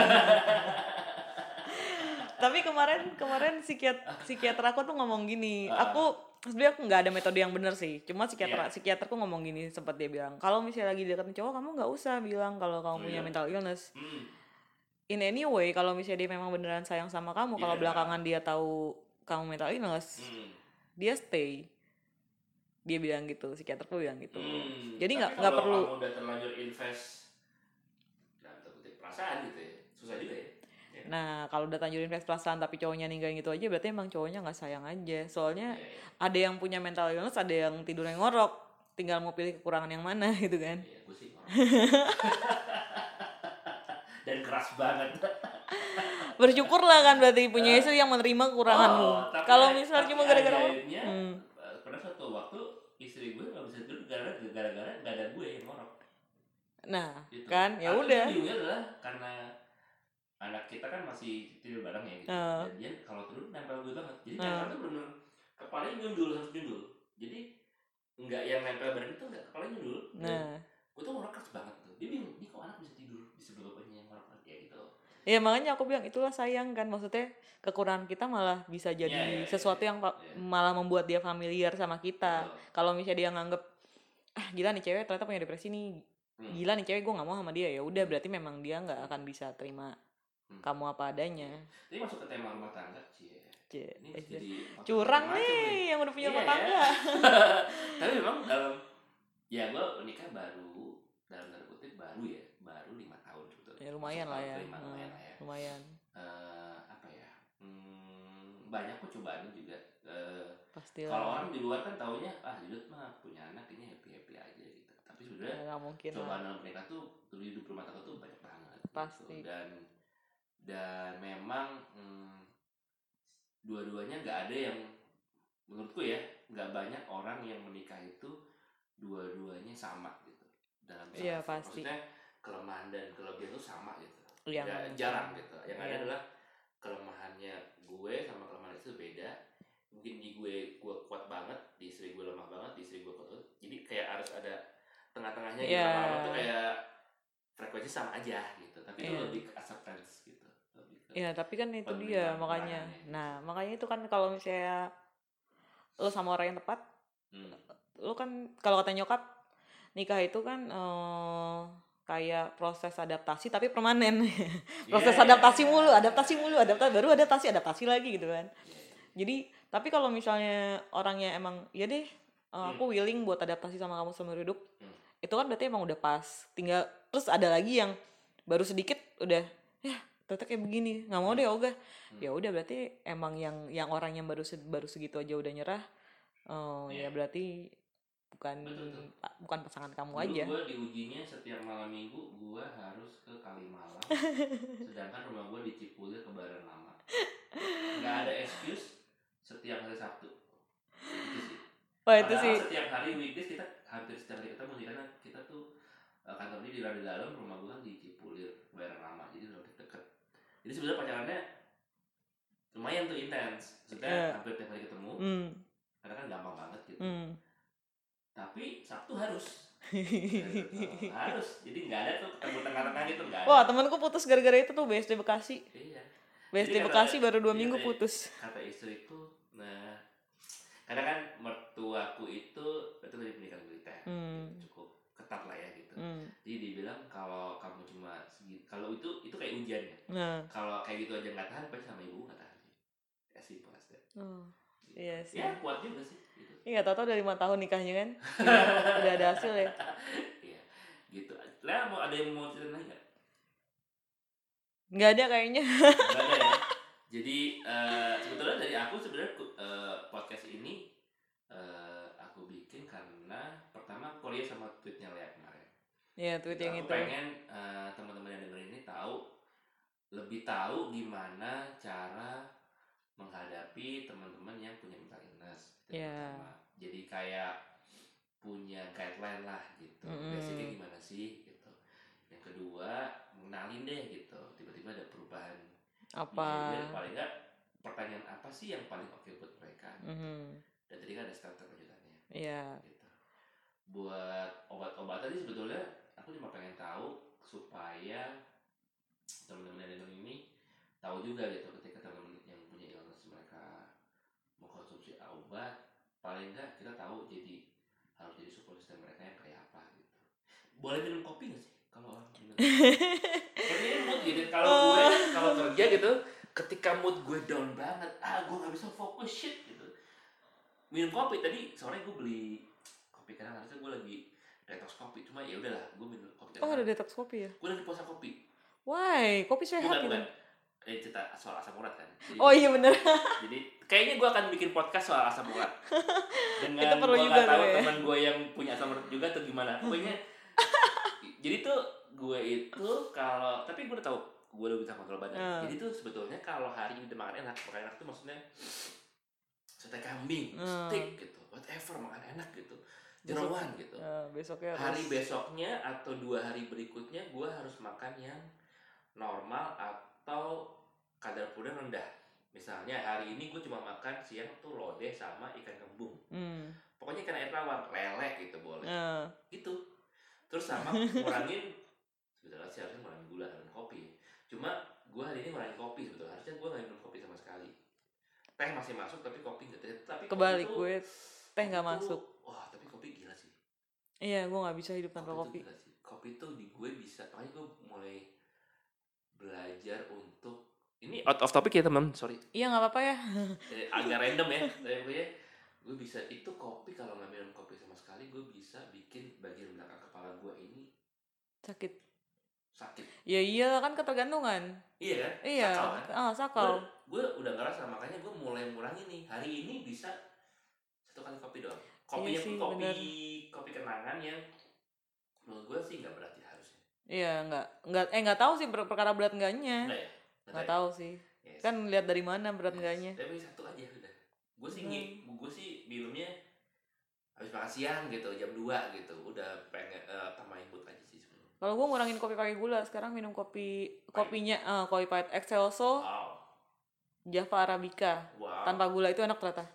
Speaker 2: Tapi kemarin psikiater aku tuh ngomong gini. Sebenarnya aku nggak ada metode yang benar sih. Cuma psikiaterku ngomong gini, sempat dia bilang, kalau misalnya lagi deketin cowok, kamu nggak usah bilang kalau kamu punya mental illness. In any way, kalau misalnya dia memang beneran sayang sama kamu, kalau belakangan dia tahu kamu mental illness, dia stay. Dia bilang gitu, psikiaterku bilang gitu. Jadi nggak perlu.
Speaker 1: Kalau kamu udah terlanjur invest dalam perasaan gitu ya, susah juga ya.
Speaker 2: Nah, kalau udah terlanjur invest perasaan tapi cowoknya ninggalin gitu aja, berarti emang cowoknya nggak sayang aja. Soalnya ada yang punya mental illness, ada yang tidurnya ngorok, tinggal mau pilih kekurangan yang mana gitu kan.
Speaker 1: Iya, gue sih ngorok. Dan keras banget.
Speaker 2: Bersyukurlah kan berarti punya istri yang menerima kekuranganmu. Kalau misalnya cuma gara-gara
Speaker 1: pada suatu waktu istri gue nggak bisa tidur gara-gara nggak ada gue yang ngorok.
Speaker 2: Nah,
Speaker 1: gitu.
Speaker 2: Kan ya udah.
Speaker 1: Bingungnya adalah karena anak kita kan masih tidur bareng ya gitu. Dan dia kalau tidur nempel gue banget. Jadi jangan tuh benar kepalanya nyundul. Jadi nggak yang nempel bareng itu, nggak kepalanya nyundul. Gue tuh ngorok keras banget tuh. Dia bingung, ini kok anak bisa tidur di sebelah bapaknya yang ngorok kayak gitu.
Speaker 2: Ya makanya aku bilang itulah sayang kan, maksudnya kekurangan kita malah bisa jadi sesuatu yang malah membuat dia familiar sama kita. Kalau misalnya dia nganggep gila nih cewek ternyata punya depresi nih, gila nih cewek gue nggak mau sama dia, ya udah berarti memang dia nggak akan bisa terima kamu apa adanya.
Speaker 1: Ini masuk ke tema rumah tangga sih. Ini jadi
Speaker 2: curang nih yang udah punya rumah tangga.
Speaker 1: Tapi memang ya gue nikah baru dalam tanda kutip baru 5 tahun sebetulnya.
Speaker 2: Ya lumayan lah ya. Lumayan.
Speaker 1: Apa ya? Banyak kok cobaannya juga.
Speaker 2: Pastilah.
Speaker 1: Kalau orang di luar kan taunya Judit mah punya anak ini happy aja gitu. Tapi sebenarnya cobaan dalam pernikahan tuh hidup rumah tangga tuh banyak banget.
Speaker 2: Pasti.
Speaker 1: Gitu. Dan memang dua-duanya nggak ada yang menurutku ya, nggak banyak orang yang menikah itu dua-duanya sama gitu dalam
Speaker 2: pasti.
Speaker 1: Maksudnya kelemahan dan kelebihan itu sama gitu.
Speaker 2: Ya,
Speaker 1: jarang gitu. Yang ada adalah kelemahannya gue sama kelemahan itu beda. Mungkin di gue kuat banget, di istri gue lemah banget, di istri gue kuat banget. Jadi kayak harus ada tengah-tengahnya gitu. Lama-lama tuh kayak frekuensi sama aja gitu. Tapi itu lebih ke acceptance gitu.
Speaker 2: Iya, tapi kan itu dia makanya. Nah, makanya itu kan kalau misalnya lo sama orang yang tepat, lo kan kalau kata nyokap nikah itu kan kayak proses adaptasi tapi permanen. Proses adaptasi mulu, baru adaptasi lagi gitu kan. Jadi, tapi kalau misalnya orangnya emang ya deh, aku willing buat adaptasi sama kamu seumur hidup, itu kan berarti emang udah pas. Tinggal terus ada lagi yang baru sedikit udah ternyata kayak begini, nggak mau deh ogah. Ya udah berarti emang yang orang yang baru segitu aja udah nyerah. Ya berarti bukan pasangan kamu
Speaker 1: dulu
Speaker 2: aja.
Speaker 1: Gue diujinya setiap malam minggu gue harus ke Kalimalang, sedangkan rumah gue di Cipulir Kebayoran Lama. Nggak ada excuse setiap hari Sabtu. Itu sih.
Speaker 2: Itu sih.
Speaker 1: Setiap hari weekdays kita hampir setiap hari ketemu sih, karena kita tuh kantor di dalam, rumah gue kan di Cipulir Kebayoran Lama, jadi lebih dekat. Jadi sebenarnya pacarannya lumayan tuh intens, maksudnya hampir tiap hari ketemu, karena kan gampang banget gitu. Tapi Sabtu harus, jadi nggak ada tuh ketemu tengah-tengah gitu, nggak ada.
Speaker 2: Wah, temanku putus gara-gara itu tuh BSD Bekasi.
Speaker 1: Iya.
Speaker 2: BSD Bekasi baru 2 minggu putus.
Speaker 1: Kata istriku, karena kan mertuaku itu dari pendidikan militer, cukup ketat lah ya gitu. Jadi dibilang kalau kamu cuma kalau itu kayak ujian ya. Kalau kayak gitu aja nggak tahan, pasti sama ibu nggak tahan sih. Ya sih pasti. Iya sih. Ya kuat juga sih. Gitu.
Speaker 2: Iya, tahu udah 5 tahun nikahnya kan. Udah ada hasil ya.
Speaker 1: Iya, gitu. Lah ada yang mau cerita lagi nggak?
Speaker 2: Nggak ada kayaknya.
Speaker 1: Nggak ada ya. Jadi sebetulnya dari aku sebenarnya podcast ini aku bikin karena pertama Korea sama tweetnya Lea kemarin.
Speaker 2: Iya, tweet yang itu.
Speaker 1: Aku pengen teman-teman yang dengerin ini lebih tahu gimana cara menghadapi teman-teman yang punya mental illness. Jadi kayak punya guideline lah gitu. Basicnya gimana sih gitu. Yang kedua mengenalin deh gitu. Tiba-tiba ada perubahan
Speaker 2: apa?
Speaker 1: Paling nggak pertanyaan apa sih yang paling oke buat mereka? Dan tadi kan ada starter lanjutannya.
Speaker 2: Iya.
Speaker 1: Gitu. Buat obat-obatan sih sebetulnya aku cuma pengen tahu supaya teman-teman yang dengerin ini tahu juga gitu, ketika teman-teman yang punya illness mereka mengkonsumsi obat, paling nggak kita tahu harus jadi support system mereka yang kayak apa gitu. Boleh minum kopi nggak sih kalau orang minum? Kayaknya mood gitu. Kalau kerja gitu, ketika mood gue down banget, gue nggak bisa fokus gitu. Minum kopi. Tadi sore gue beli kopi, karena harusnya gue lagi detox kopi, cuma ya udahlah gue minum kopi.
Speaker 2: Ada detox kopi ya?
Speaker 1: Gue lagi puasa kopi.
Speaker 2: Why? Kopi sehat gitu.
Speaker 1: Cerita soal asam urat kan. Jadi,
Speaker 2: iya bener.
Speaker 1: Jadi kayaknya gue akan bikin podcast soal asam urat. Dengan
Speaker 2: gue
Speaker 1: nggak tahu teman gue yang punya asam urat juga atau gimana. Pokoknya jadi tuh gue itu tapi gue udah tahu, gue udah bisa kontrol badan. Jadi tuh sebetulnya kalau hari ini udah makan enak tuh maksudnya sate kambing, steak gitu, whatever, makan enak gitu, jeroan gitu. Besoknya atau 2 hari berikutnya gue harus makan yang normal atau kadar protein rendah. Misalnya hari ini gue cuma makan siang tuh lodeh sama ikan kembung. Pokoknya ikan air tawar, lele gitu boleh. Gitu. Terus sama ngurangin, sebetulnya sih harusnya ngurangin gula dan kopi. Cuma gue teh masih masuk tapi kopi nggak. Tapi
Speaker 2: Kebalik,
Speaker 1: kopi
Speaker 2: gue teh
Speaker 1: kopi
Speaker 2: nggak
Speaker 1: tuh,
Speaker 2: masuk.
Speaker 1: wah tapi kopi gila sih.
Speaker 2: Iya, gue nggak bisa hidup tanpa
Speaker 1: Kopi
Speaker 2: kopi.
Speaker 1: tuh gila sih. Kopi tuh di gue bisa, makanya gue mulai belajar untuk ini out of topic ya teman, sorry.
Speaker 2: Iya, nggak apa-apa ya.
Speaker 1: Agak random ya, tapi gue bisa itu kopi kalau nggak minum kopi sama sekali gue bisa bikin bagian belakang kepala gue ini
Speaker 2: Sakit.
Speaker 1: Ya
Speaker 2: iya kan ketergantungan.
Speaker 1: Iya kan?
Speaker 2: Iya.
Speaker 1: Sakau kan?
Speaker 2: Sakau.
Speaker 1: Gue udah ngerasa, makanya gue mulai ngurangin nih. Hari ini bisa 1 kali kopi doang. Kopinya
Speaker 2: sih,
Speaker 1: pun
Speaker 2: bener.
Speaker 1: kopi kenangan yang menurut gue sih nggak berat ya harusnya.
Speaker 2: Iya, nggak tahu sih perkara berat enggaknya.
Speaker 1: Nggak ya?
Speaker 2: Nggak tahu sih.
Speaker 1: Yes.
Speaker 2: Kan lihat dari mana berat enggaknya.
Speaker 1: Tapi 1 aja udah. Gue sih minumnya habis makan siang gitu, jam 2 gitu. Udah pengen tambahin mood aja sih sebenarnya.
Speaker 2: Kalau gue ngurangin kopi pakai gula, sekarang minum kopinya kopi pahit Excelso, Java Arabica, tanpa gula, itu enak ternyata.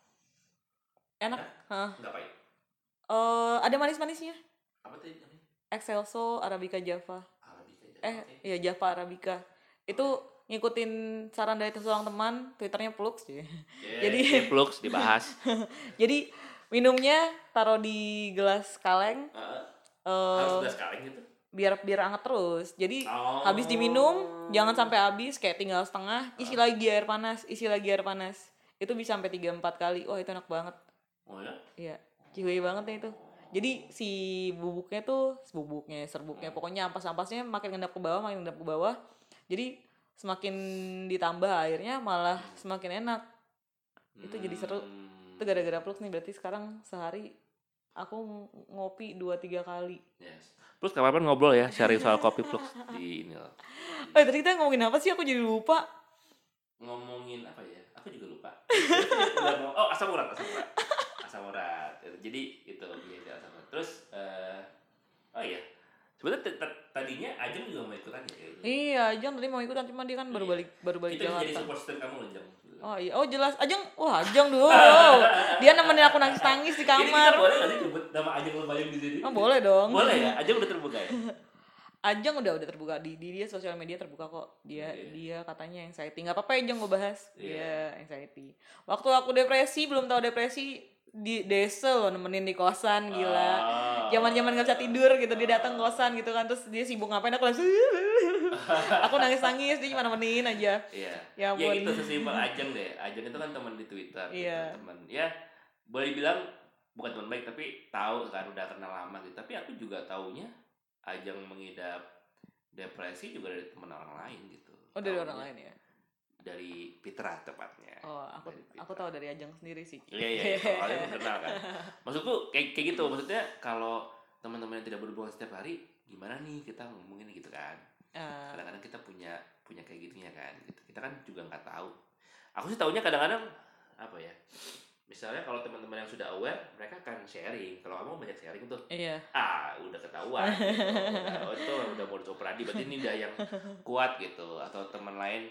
Speaker 2: Enak.
Speaker 1: Nggak pahit.
Speaker 2: Ada manis-manisnya.
Speaker 1: Apa tuh?
Speaker 2: Excelso Arabica Java. Iya, Java Arabica. Itu ngikutin saran dari seorang teman, Twitternya Plux ya.
Speaker 1: Jadi Plux dibahas.
Speaker 2: Jadi minumnya taruh di gelas kaleng.
Speaker 1: Harus gelas kaleng gitu.
Speaker 2: Biar hangat terus. Jadi habis diminum jangan sampai habis, kayak tinggal setengah, isi lagi air panas. Itu bisa sampai 3-4 kali. Wah, itu enak banget.
Speaker 1: Oh ya?
Speaker 2: Iya, cihuy banget ya itu. Jadi si serbuknya, pokoknya ampas-ampasnya makin ngendap ke bawah. Jadi semakin ditambah airnya malah semakin enak. Itu jadi seru. Itu gara-gara Plux nih, berarti sekarang sehari aku ngopi 2-3 kali.
Speaker 1: Yes. Plus kapan ngobrol ya, sharing soal kopi Plux di ini.
Speaker 2: Tadi kita ngomongin apa sih? Aku jadi lupa.
Speaker 1: Ngomongin apa ya? Aku juga lupa. Asam urat. Jadi itu biasa asam urat. Terus iya. Sebenarnya tadinya Ajeng juga mau ikutan ya kayaknya.
Speaker 2: Iya, Ajeng tadi mau ikutan, cuma dia kan baru balik Jakarta.
Speaker 1: Kita jadi support system kamu loh, Ajeng.
Speaker 2: Oh iya, jelas. Ajeng dulu. Dia nemenin aku nangis di kamar.
Speaker 1: Ini kita boleh nggak sih nyebut nama Ajeng Lembayung di sini?
Speaker 2: Oh, boleh dong.
Speaker 1: Boleh ya? Ajeng udah terbuka ya?
Speaker 2: Ajeng udah terbuka di dia sosial media terbuka kok. Dia katanya anxiety. Enggak apa-apa Ajeng gue bahas. Dia anxiety. Waktu aku depresi, belum tahu depresi, di desa loh nemenin di kosan, gila. Zaman-zaman enggak bisa tidur gitu, dia datang kosan gitu kan, terus dia sibuk ngapain, aku langsung aku nangis-nangis, dia cuma nemenin aja.
Speaker 1: Iya.
Speaker 2: Ya
Speaker 1: Ya itu sesimpel Ajeng deh. Ajeng itu kan teman di Twitter,
Speaker 2: Iya.
Speaker 1: Gitu, teman. Ya, boleh bilang bukan teman baik tapi tahu kan udah kenal lama gitu. Tapi aku juga taunya Ajeng mengidap depresi juga dari teman orang lain gitu.
Speaker 2: Oh, dari orang lain ya?
Speaker 1: Dari Fitra tepatnya.
Speaker 2: Oh, aku tahu dari Ajeng sendiri sih.
Speaker 1: Iya, soalnya kenal kan. Maksudku kayak gitu, maksudnya kalau teman-teman yang tidak berhubungan setiap hari, gimana nih kita ngomongin gitu kan. Kadang-kadang kita punya kayak gitunya kan gitu. Kita kan juga nggak tahu. Aku sih taunya kadang-kadang apa ya? Misalnya kalau teman-teman yang sudah aware, mereka akan sharing. Kalau kamu banyak sharing tuh,
Speaker 2: Iya.
Speaker 1: Udah ketahuan. Gitu. Itu udah modus operandi. Berarti ini udah yang kuat gitu. Atau teman lain.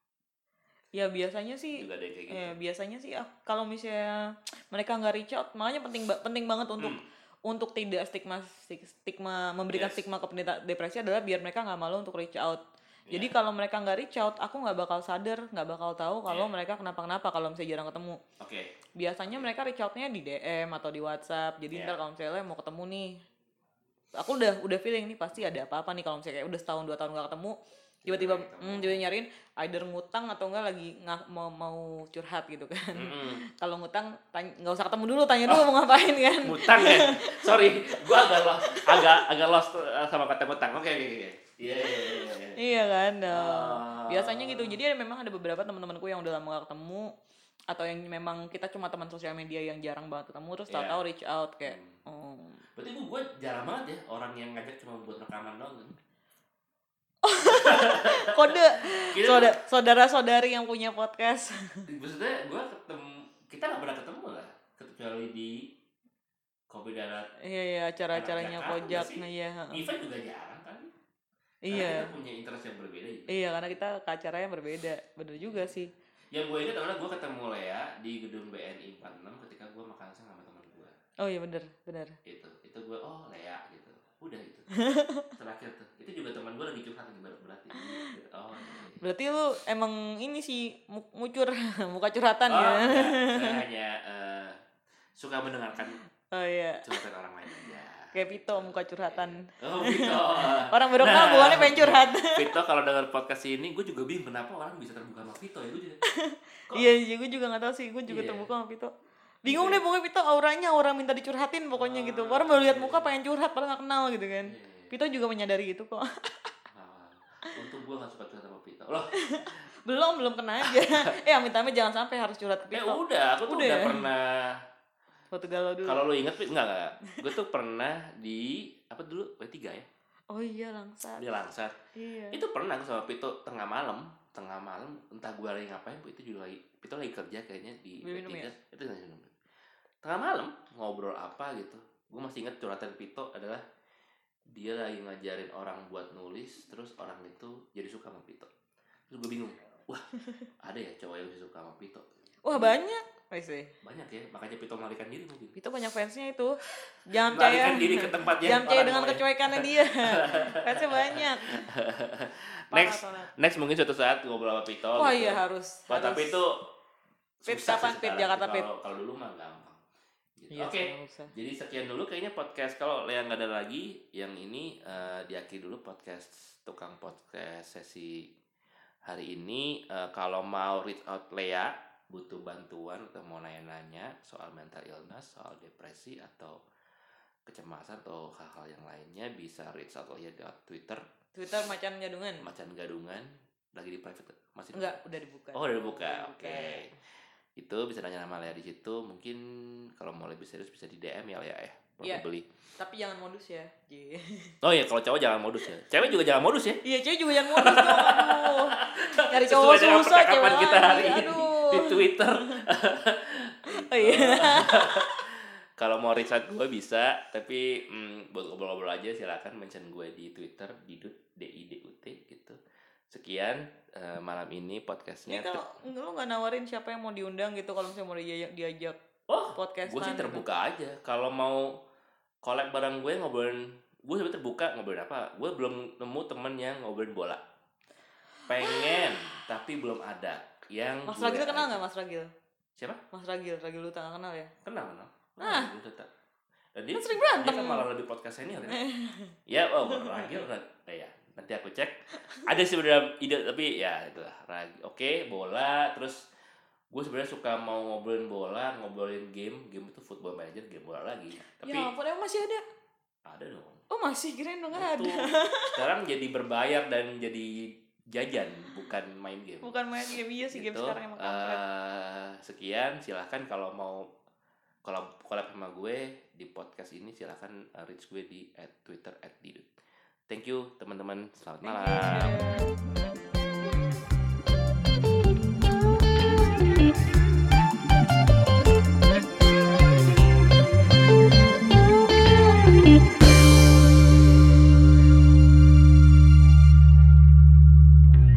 Speaker 2: Ya biasanya sih.
Speaker 1: Juga ada yang kayak gitu.
Speaker 2: Biasanya sih kalau misalnya mereka nggak reach out, makanya penting banget untuk tidak stigma memberikan stigma ke penderita depresi adalah biar mereka nggak malu untuk reach out. Jadi kalau mereka nggak reach out, aku nggak bakal sadar, nggak bakal tahu kalau mereka kenapa kalau misalnya jarang ketemu. Biasanya mereka reach outnya di DM atau di WhatsApp. Jadi ntar kalau misalnya mau ketemu nih, aku udah feeling nih pasti ada apa-apa nih kalau misalnya kayak udah setahun 2 tahun nggak ketemu, tiba-tiba nyariin either ngutang atau enggak lagi mau curhat gitu kan. Kalau ngutang nggak usah ketemu dulu, tanya dulu mau ngapain kan.
Speaker 1: Ngutang ya? Sorry, gue agak lost sama kata ngutang. Oke. Iya.
Speaker 2: Iya kan. Biasanya gitu. Jadi memang ada beberapa teman-temanku yang udah lama gak ketemu atau yang memang kita cuma teman sosial media yang jarang banget ketemu, terus tahu-tahu reach out kayak.
Speaker 1: Berarti gue jarang banget ya orang yang ngajak cuma buat rekaman doang kan.
Speaker 2: Kode saudara-saudari yang punya podcast.
Speaker 1: Maksudnya kita nggak pernah ketemu lah kecuali di Kopi Darat.
Speaker 2: Iya acara-acaranya Kojak. Iya.
Speaker 1: Event juga jarang kan.
Speaker 2: Iya.
Speaker 1: Kita punya interest yang berbeda gitu.
Speaker 2: Iya, karena kita ke acara yang berbeda. Bener juga sih.
Speaker 1: Yang gue ingat adalah gue ketemu Lea di gedung BNI 46 ketika gue makan siang sama teman gue.
Speaker 2: Oh iya bener.
Speaker 1: Itu gue Lea gitu. Udah itu. Terakhir tuh. Itu juga teman gue lagi curhat lagi berat-berat gitu.
Speaker 2: Berarti lu emang ini sih mucur muka curhatan
Speaker 1: Oh,
Speaker 2: ya.
Speaker 1: enggak. Saya hanya suka mendengarkan
Speaker 2: Oh iya.
Speaker 1: curhatan orang lain aja.
Speaker 2: Kayak Vito muka curhatan.
Speaker 1: Oh, Vito.
Speaker 2: Orang baru kenal bukannya pengen curhat.
Speaker 1: Vito kalau dengar podcast ini, gue juga bingung kenapa orang bisa terbuka sama Vito ya. Gue juga.
Speaker 2: Iya, gue juga nggak tahu sih. Gue juga
Speaker 1: Iya.
Speaker 2: terbuka sama Vito. Bingung deh pokoknya Vito auranya orang minta dicurhatin pokoknya gitu. Orang baru lihat muka pengen curhat padahal nggak kenal gitu kan. Vito juga menyadari itu kok.
Speaker 1: Untung gue gak suka curhat sama Vito. Loh,
Speaker 2: belum kena aja. Amit-amit jangan sampai harus curhat ke Vito.
Speaker 1: udah, aku tuh udah
Speaker 2: ya?
Speaker 1: pernah.
Speaker 2: Waktu galau dulu.
Speaker 1: Kalau lu inget, enggak. Gue tuh pernah di apa dulu? W3 ya.
Speaker 2: Oh iya, Langsat.
Speaker 1: Di Langsat.
Speaker 2: Iya.
Speaker 1: Itu pernah aku sama Vito tengah malam entah gue lagi ngapain, itu juga lagi Vito lagi kerja kayaknya di
Speaker 2: Minum
Speaker 1: W3.
Speaker 2: ya?
Speaker 1: Itu minum. Tengah malam ngobrol apa gitu. Gue masih inget curhatan Vito adalah dia lagi ngajarin orang buat nulis, terus orang itu jadi suka sama Vito. Terus gue bingung, wah ada ya cowok yang bisa suka sama Vito.
Speaker 2: Wah banyak. Sih.
Speaker 1: Banyak ya, makanya Vito melarikan diri mungkin.
Speaker 2: Itu banyak fansnya itu. Jangan
Speaker 1: Melarikan
Speaker 2: percaya.
Speaker 1: diri ke tempatnya.
Speaker 2: Jangan percaya dengan kecuekannya dia. Fansnya banyak.
Speaker 1: Next mungkin suatu saat ngobrol sama Vito.
Speaker 2: Wah
Speaker 1: gitu.
Speaker 2: iya harus.
Speaker 1: Tapi itu
Speaker 2: Fit
Speaker 1: susah
Speaker 2: kapan
Speaker 1: sih
Speaker 2: Fit
Speaker 1: sekarang.
Speaker 2: Jakarta Fit.
Speaker 1: Kalau dulu mah gampang. Gitu.
Speaker 2: Iya,
Speaker 1: Oke.
Speaker 2: usah.
Speaker 1: Jadi sekian dulu kayaknya podcast. Kalau yang nggak ada lagi, yang ini diakhiri dulu podcast tukang podcast sesi hari ini. Kalau mau reach out Lea, butuh bantuan atau mau nanya-nanya soal mental illness, soal depresi atau kecemasan atau hal-hal yang lainnya, bisa reach out Lea di Twitter.
Speaker 2: Twitter Macan Gadungan.
Speaker 1: Macan Gadungan. Lagi di private masih?
Speaker 2: Enggak, udah dibuka.
Speaker 1: Oh, udah dibuka. Oke. Itu bisa nanya nama Lea di situ. Mungkin kalau mau lebih serius bisa di DM ya Lea ya. Probably.
Speaker 2: Tapi jangan modus ya.
Speaker 1: Oh iya, kalau cowok jangan modus ya. Cewek juga jangan modus ya.
Speaker 2: Iya, cewek juga jangan modus dong. Aduh. Cari cowok
Speaker 1: Sesuai dengan
Speaker 2: susah cewek
Speaker 1: percakapan kita
Speaker 2: lagi.
Speaker 1: hari ini
Speaker 2: Aduh.
Speaker 1: di Twitter.
Speaker 2: Oh iya.
Speaker 1: Kalau mau reach out gue bisa, tapi buat ngobrol-ngobrol aja silakan mention gue di Twitter DIDUT gitu. Sekian malam ini podcastnya.
Speaker 2: Ini kalau lu nggak nawarin siapa yang mau diundang gitu kalau misalnya mau diajak podcast.
Speaker 1: Gue sih terbuka aja. Kalau mau collab bareng gue ngobrolin, gue sebenarnya terbuka ngobrolin apa. Gue belum nemu temen yang ngobrolin bola. Pengen, tapi belum ada. Yang
Speaker 2: Mas Ragil kenal nggak Mas Ragil?
Speaker 1: Siapa?
Speaker 2: Mas Ragil lu tak kenal ya?
Speaker 1: Kenal. Dan dia
Speaker 2: sering berantem.
Speaker 1: Dia kan malah lebih podcast senior ya. Ya, Ragil ya. Nanti aku cek. Ada sih sebenarnya ide tapi ya itulah. Oke, bola. Terus gue sebenarnya suka mau ngobrolin game itu Football Manager, game bola lagi. Tapi
Speaker 2: ya ampun, emang masih ada?
Speaker 1: Ada dong.
Speaker 2: Oh masih, kirain dong nggak ada.
Speaker 1: Sekarang jadi berbayar dan jadi jajan, bukan main game.
Speaker 2: Bukan main game, iya sih
Speaker 1: gitu.
Speaker 2: Game sekarang emang kampret.
Speaker 1: Sekian, silahkan kalau mau collab sama gue di podcast ini silahkan reach gue di @twitter @didut. Thank you teman-teman, selamat malam.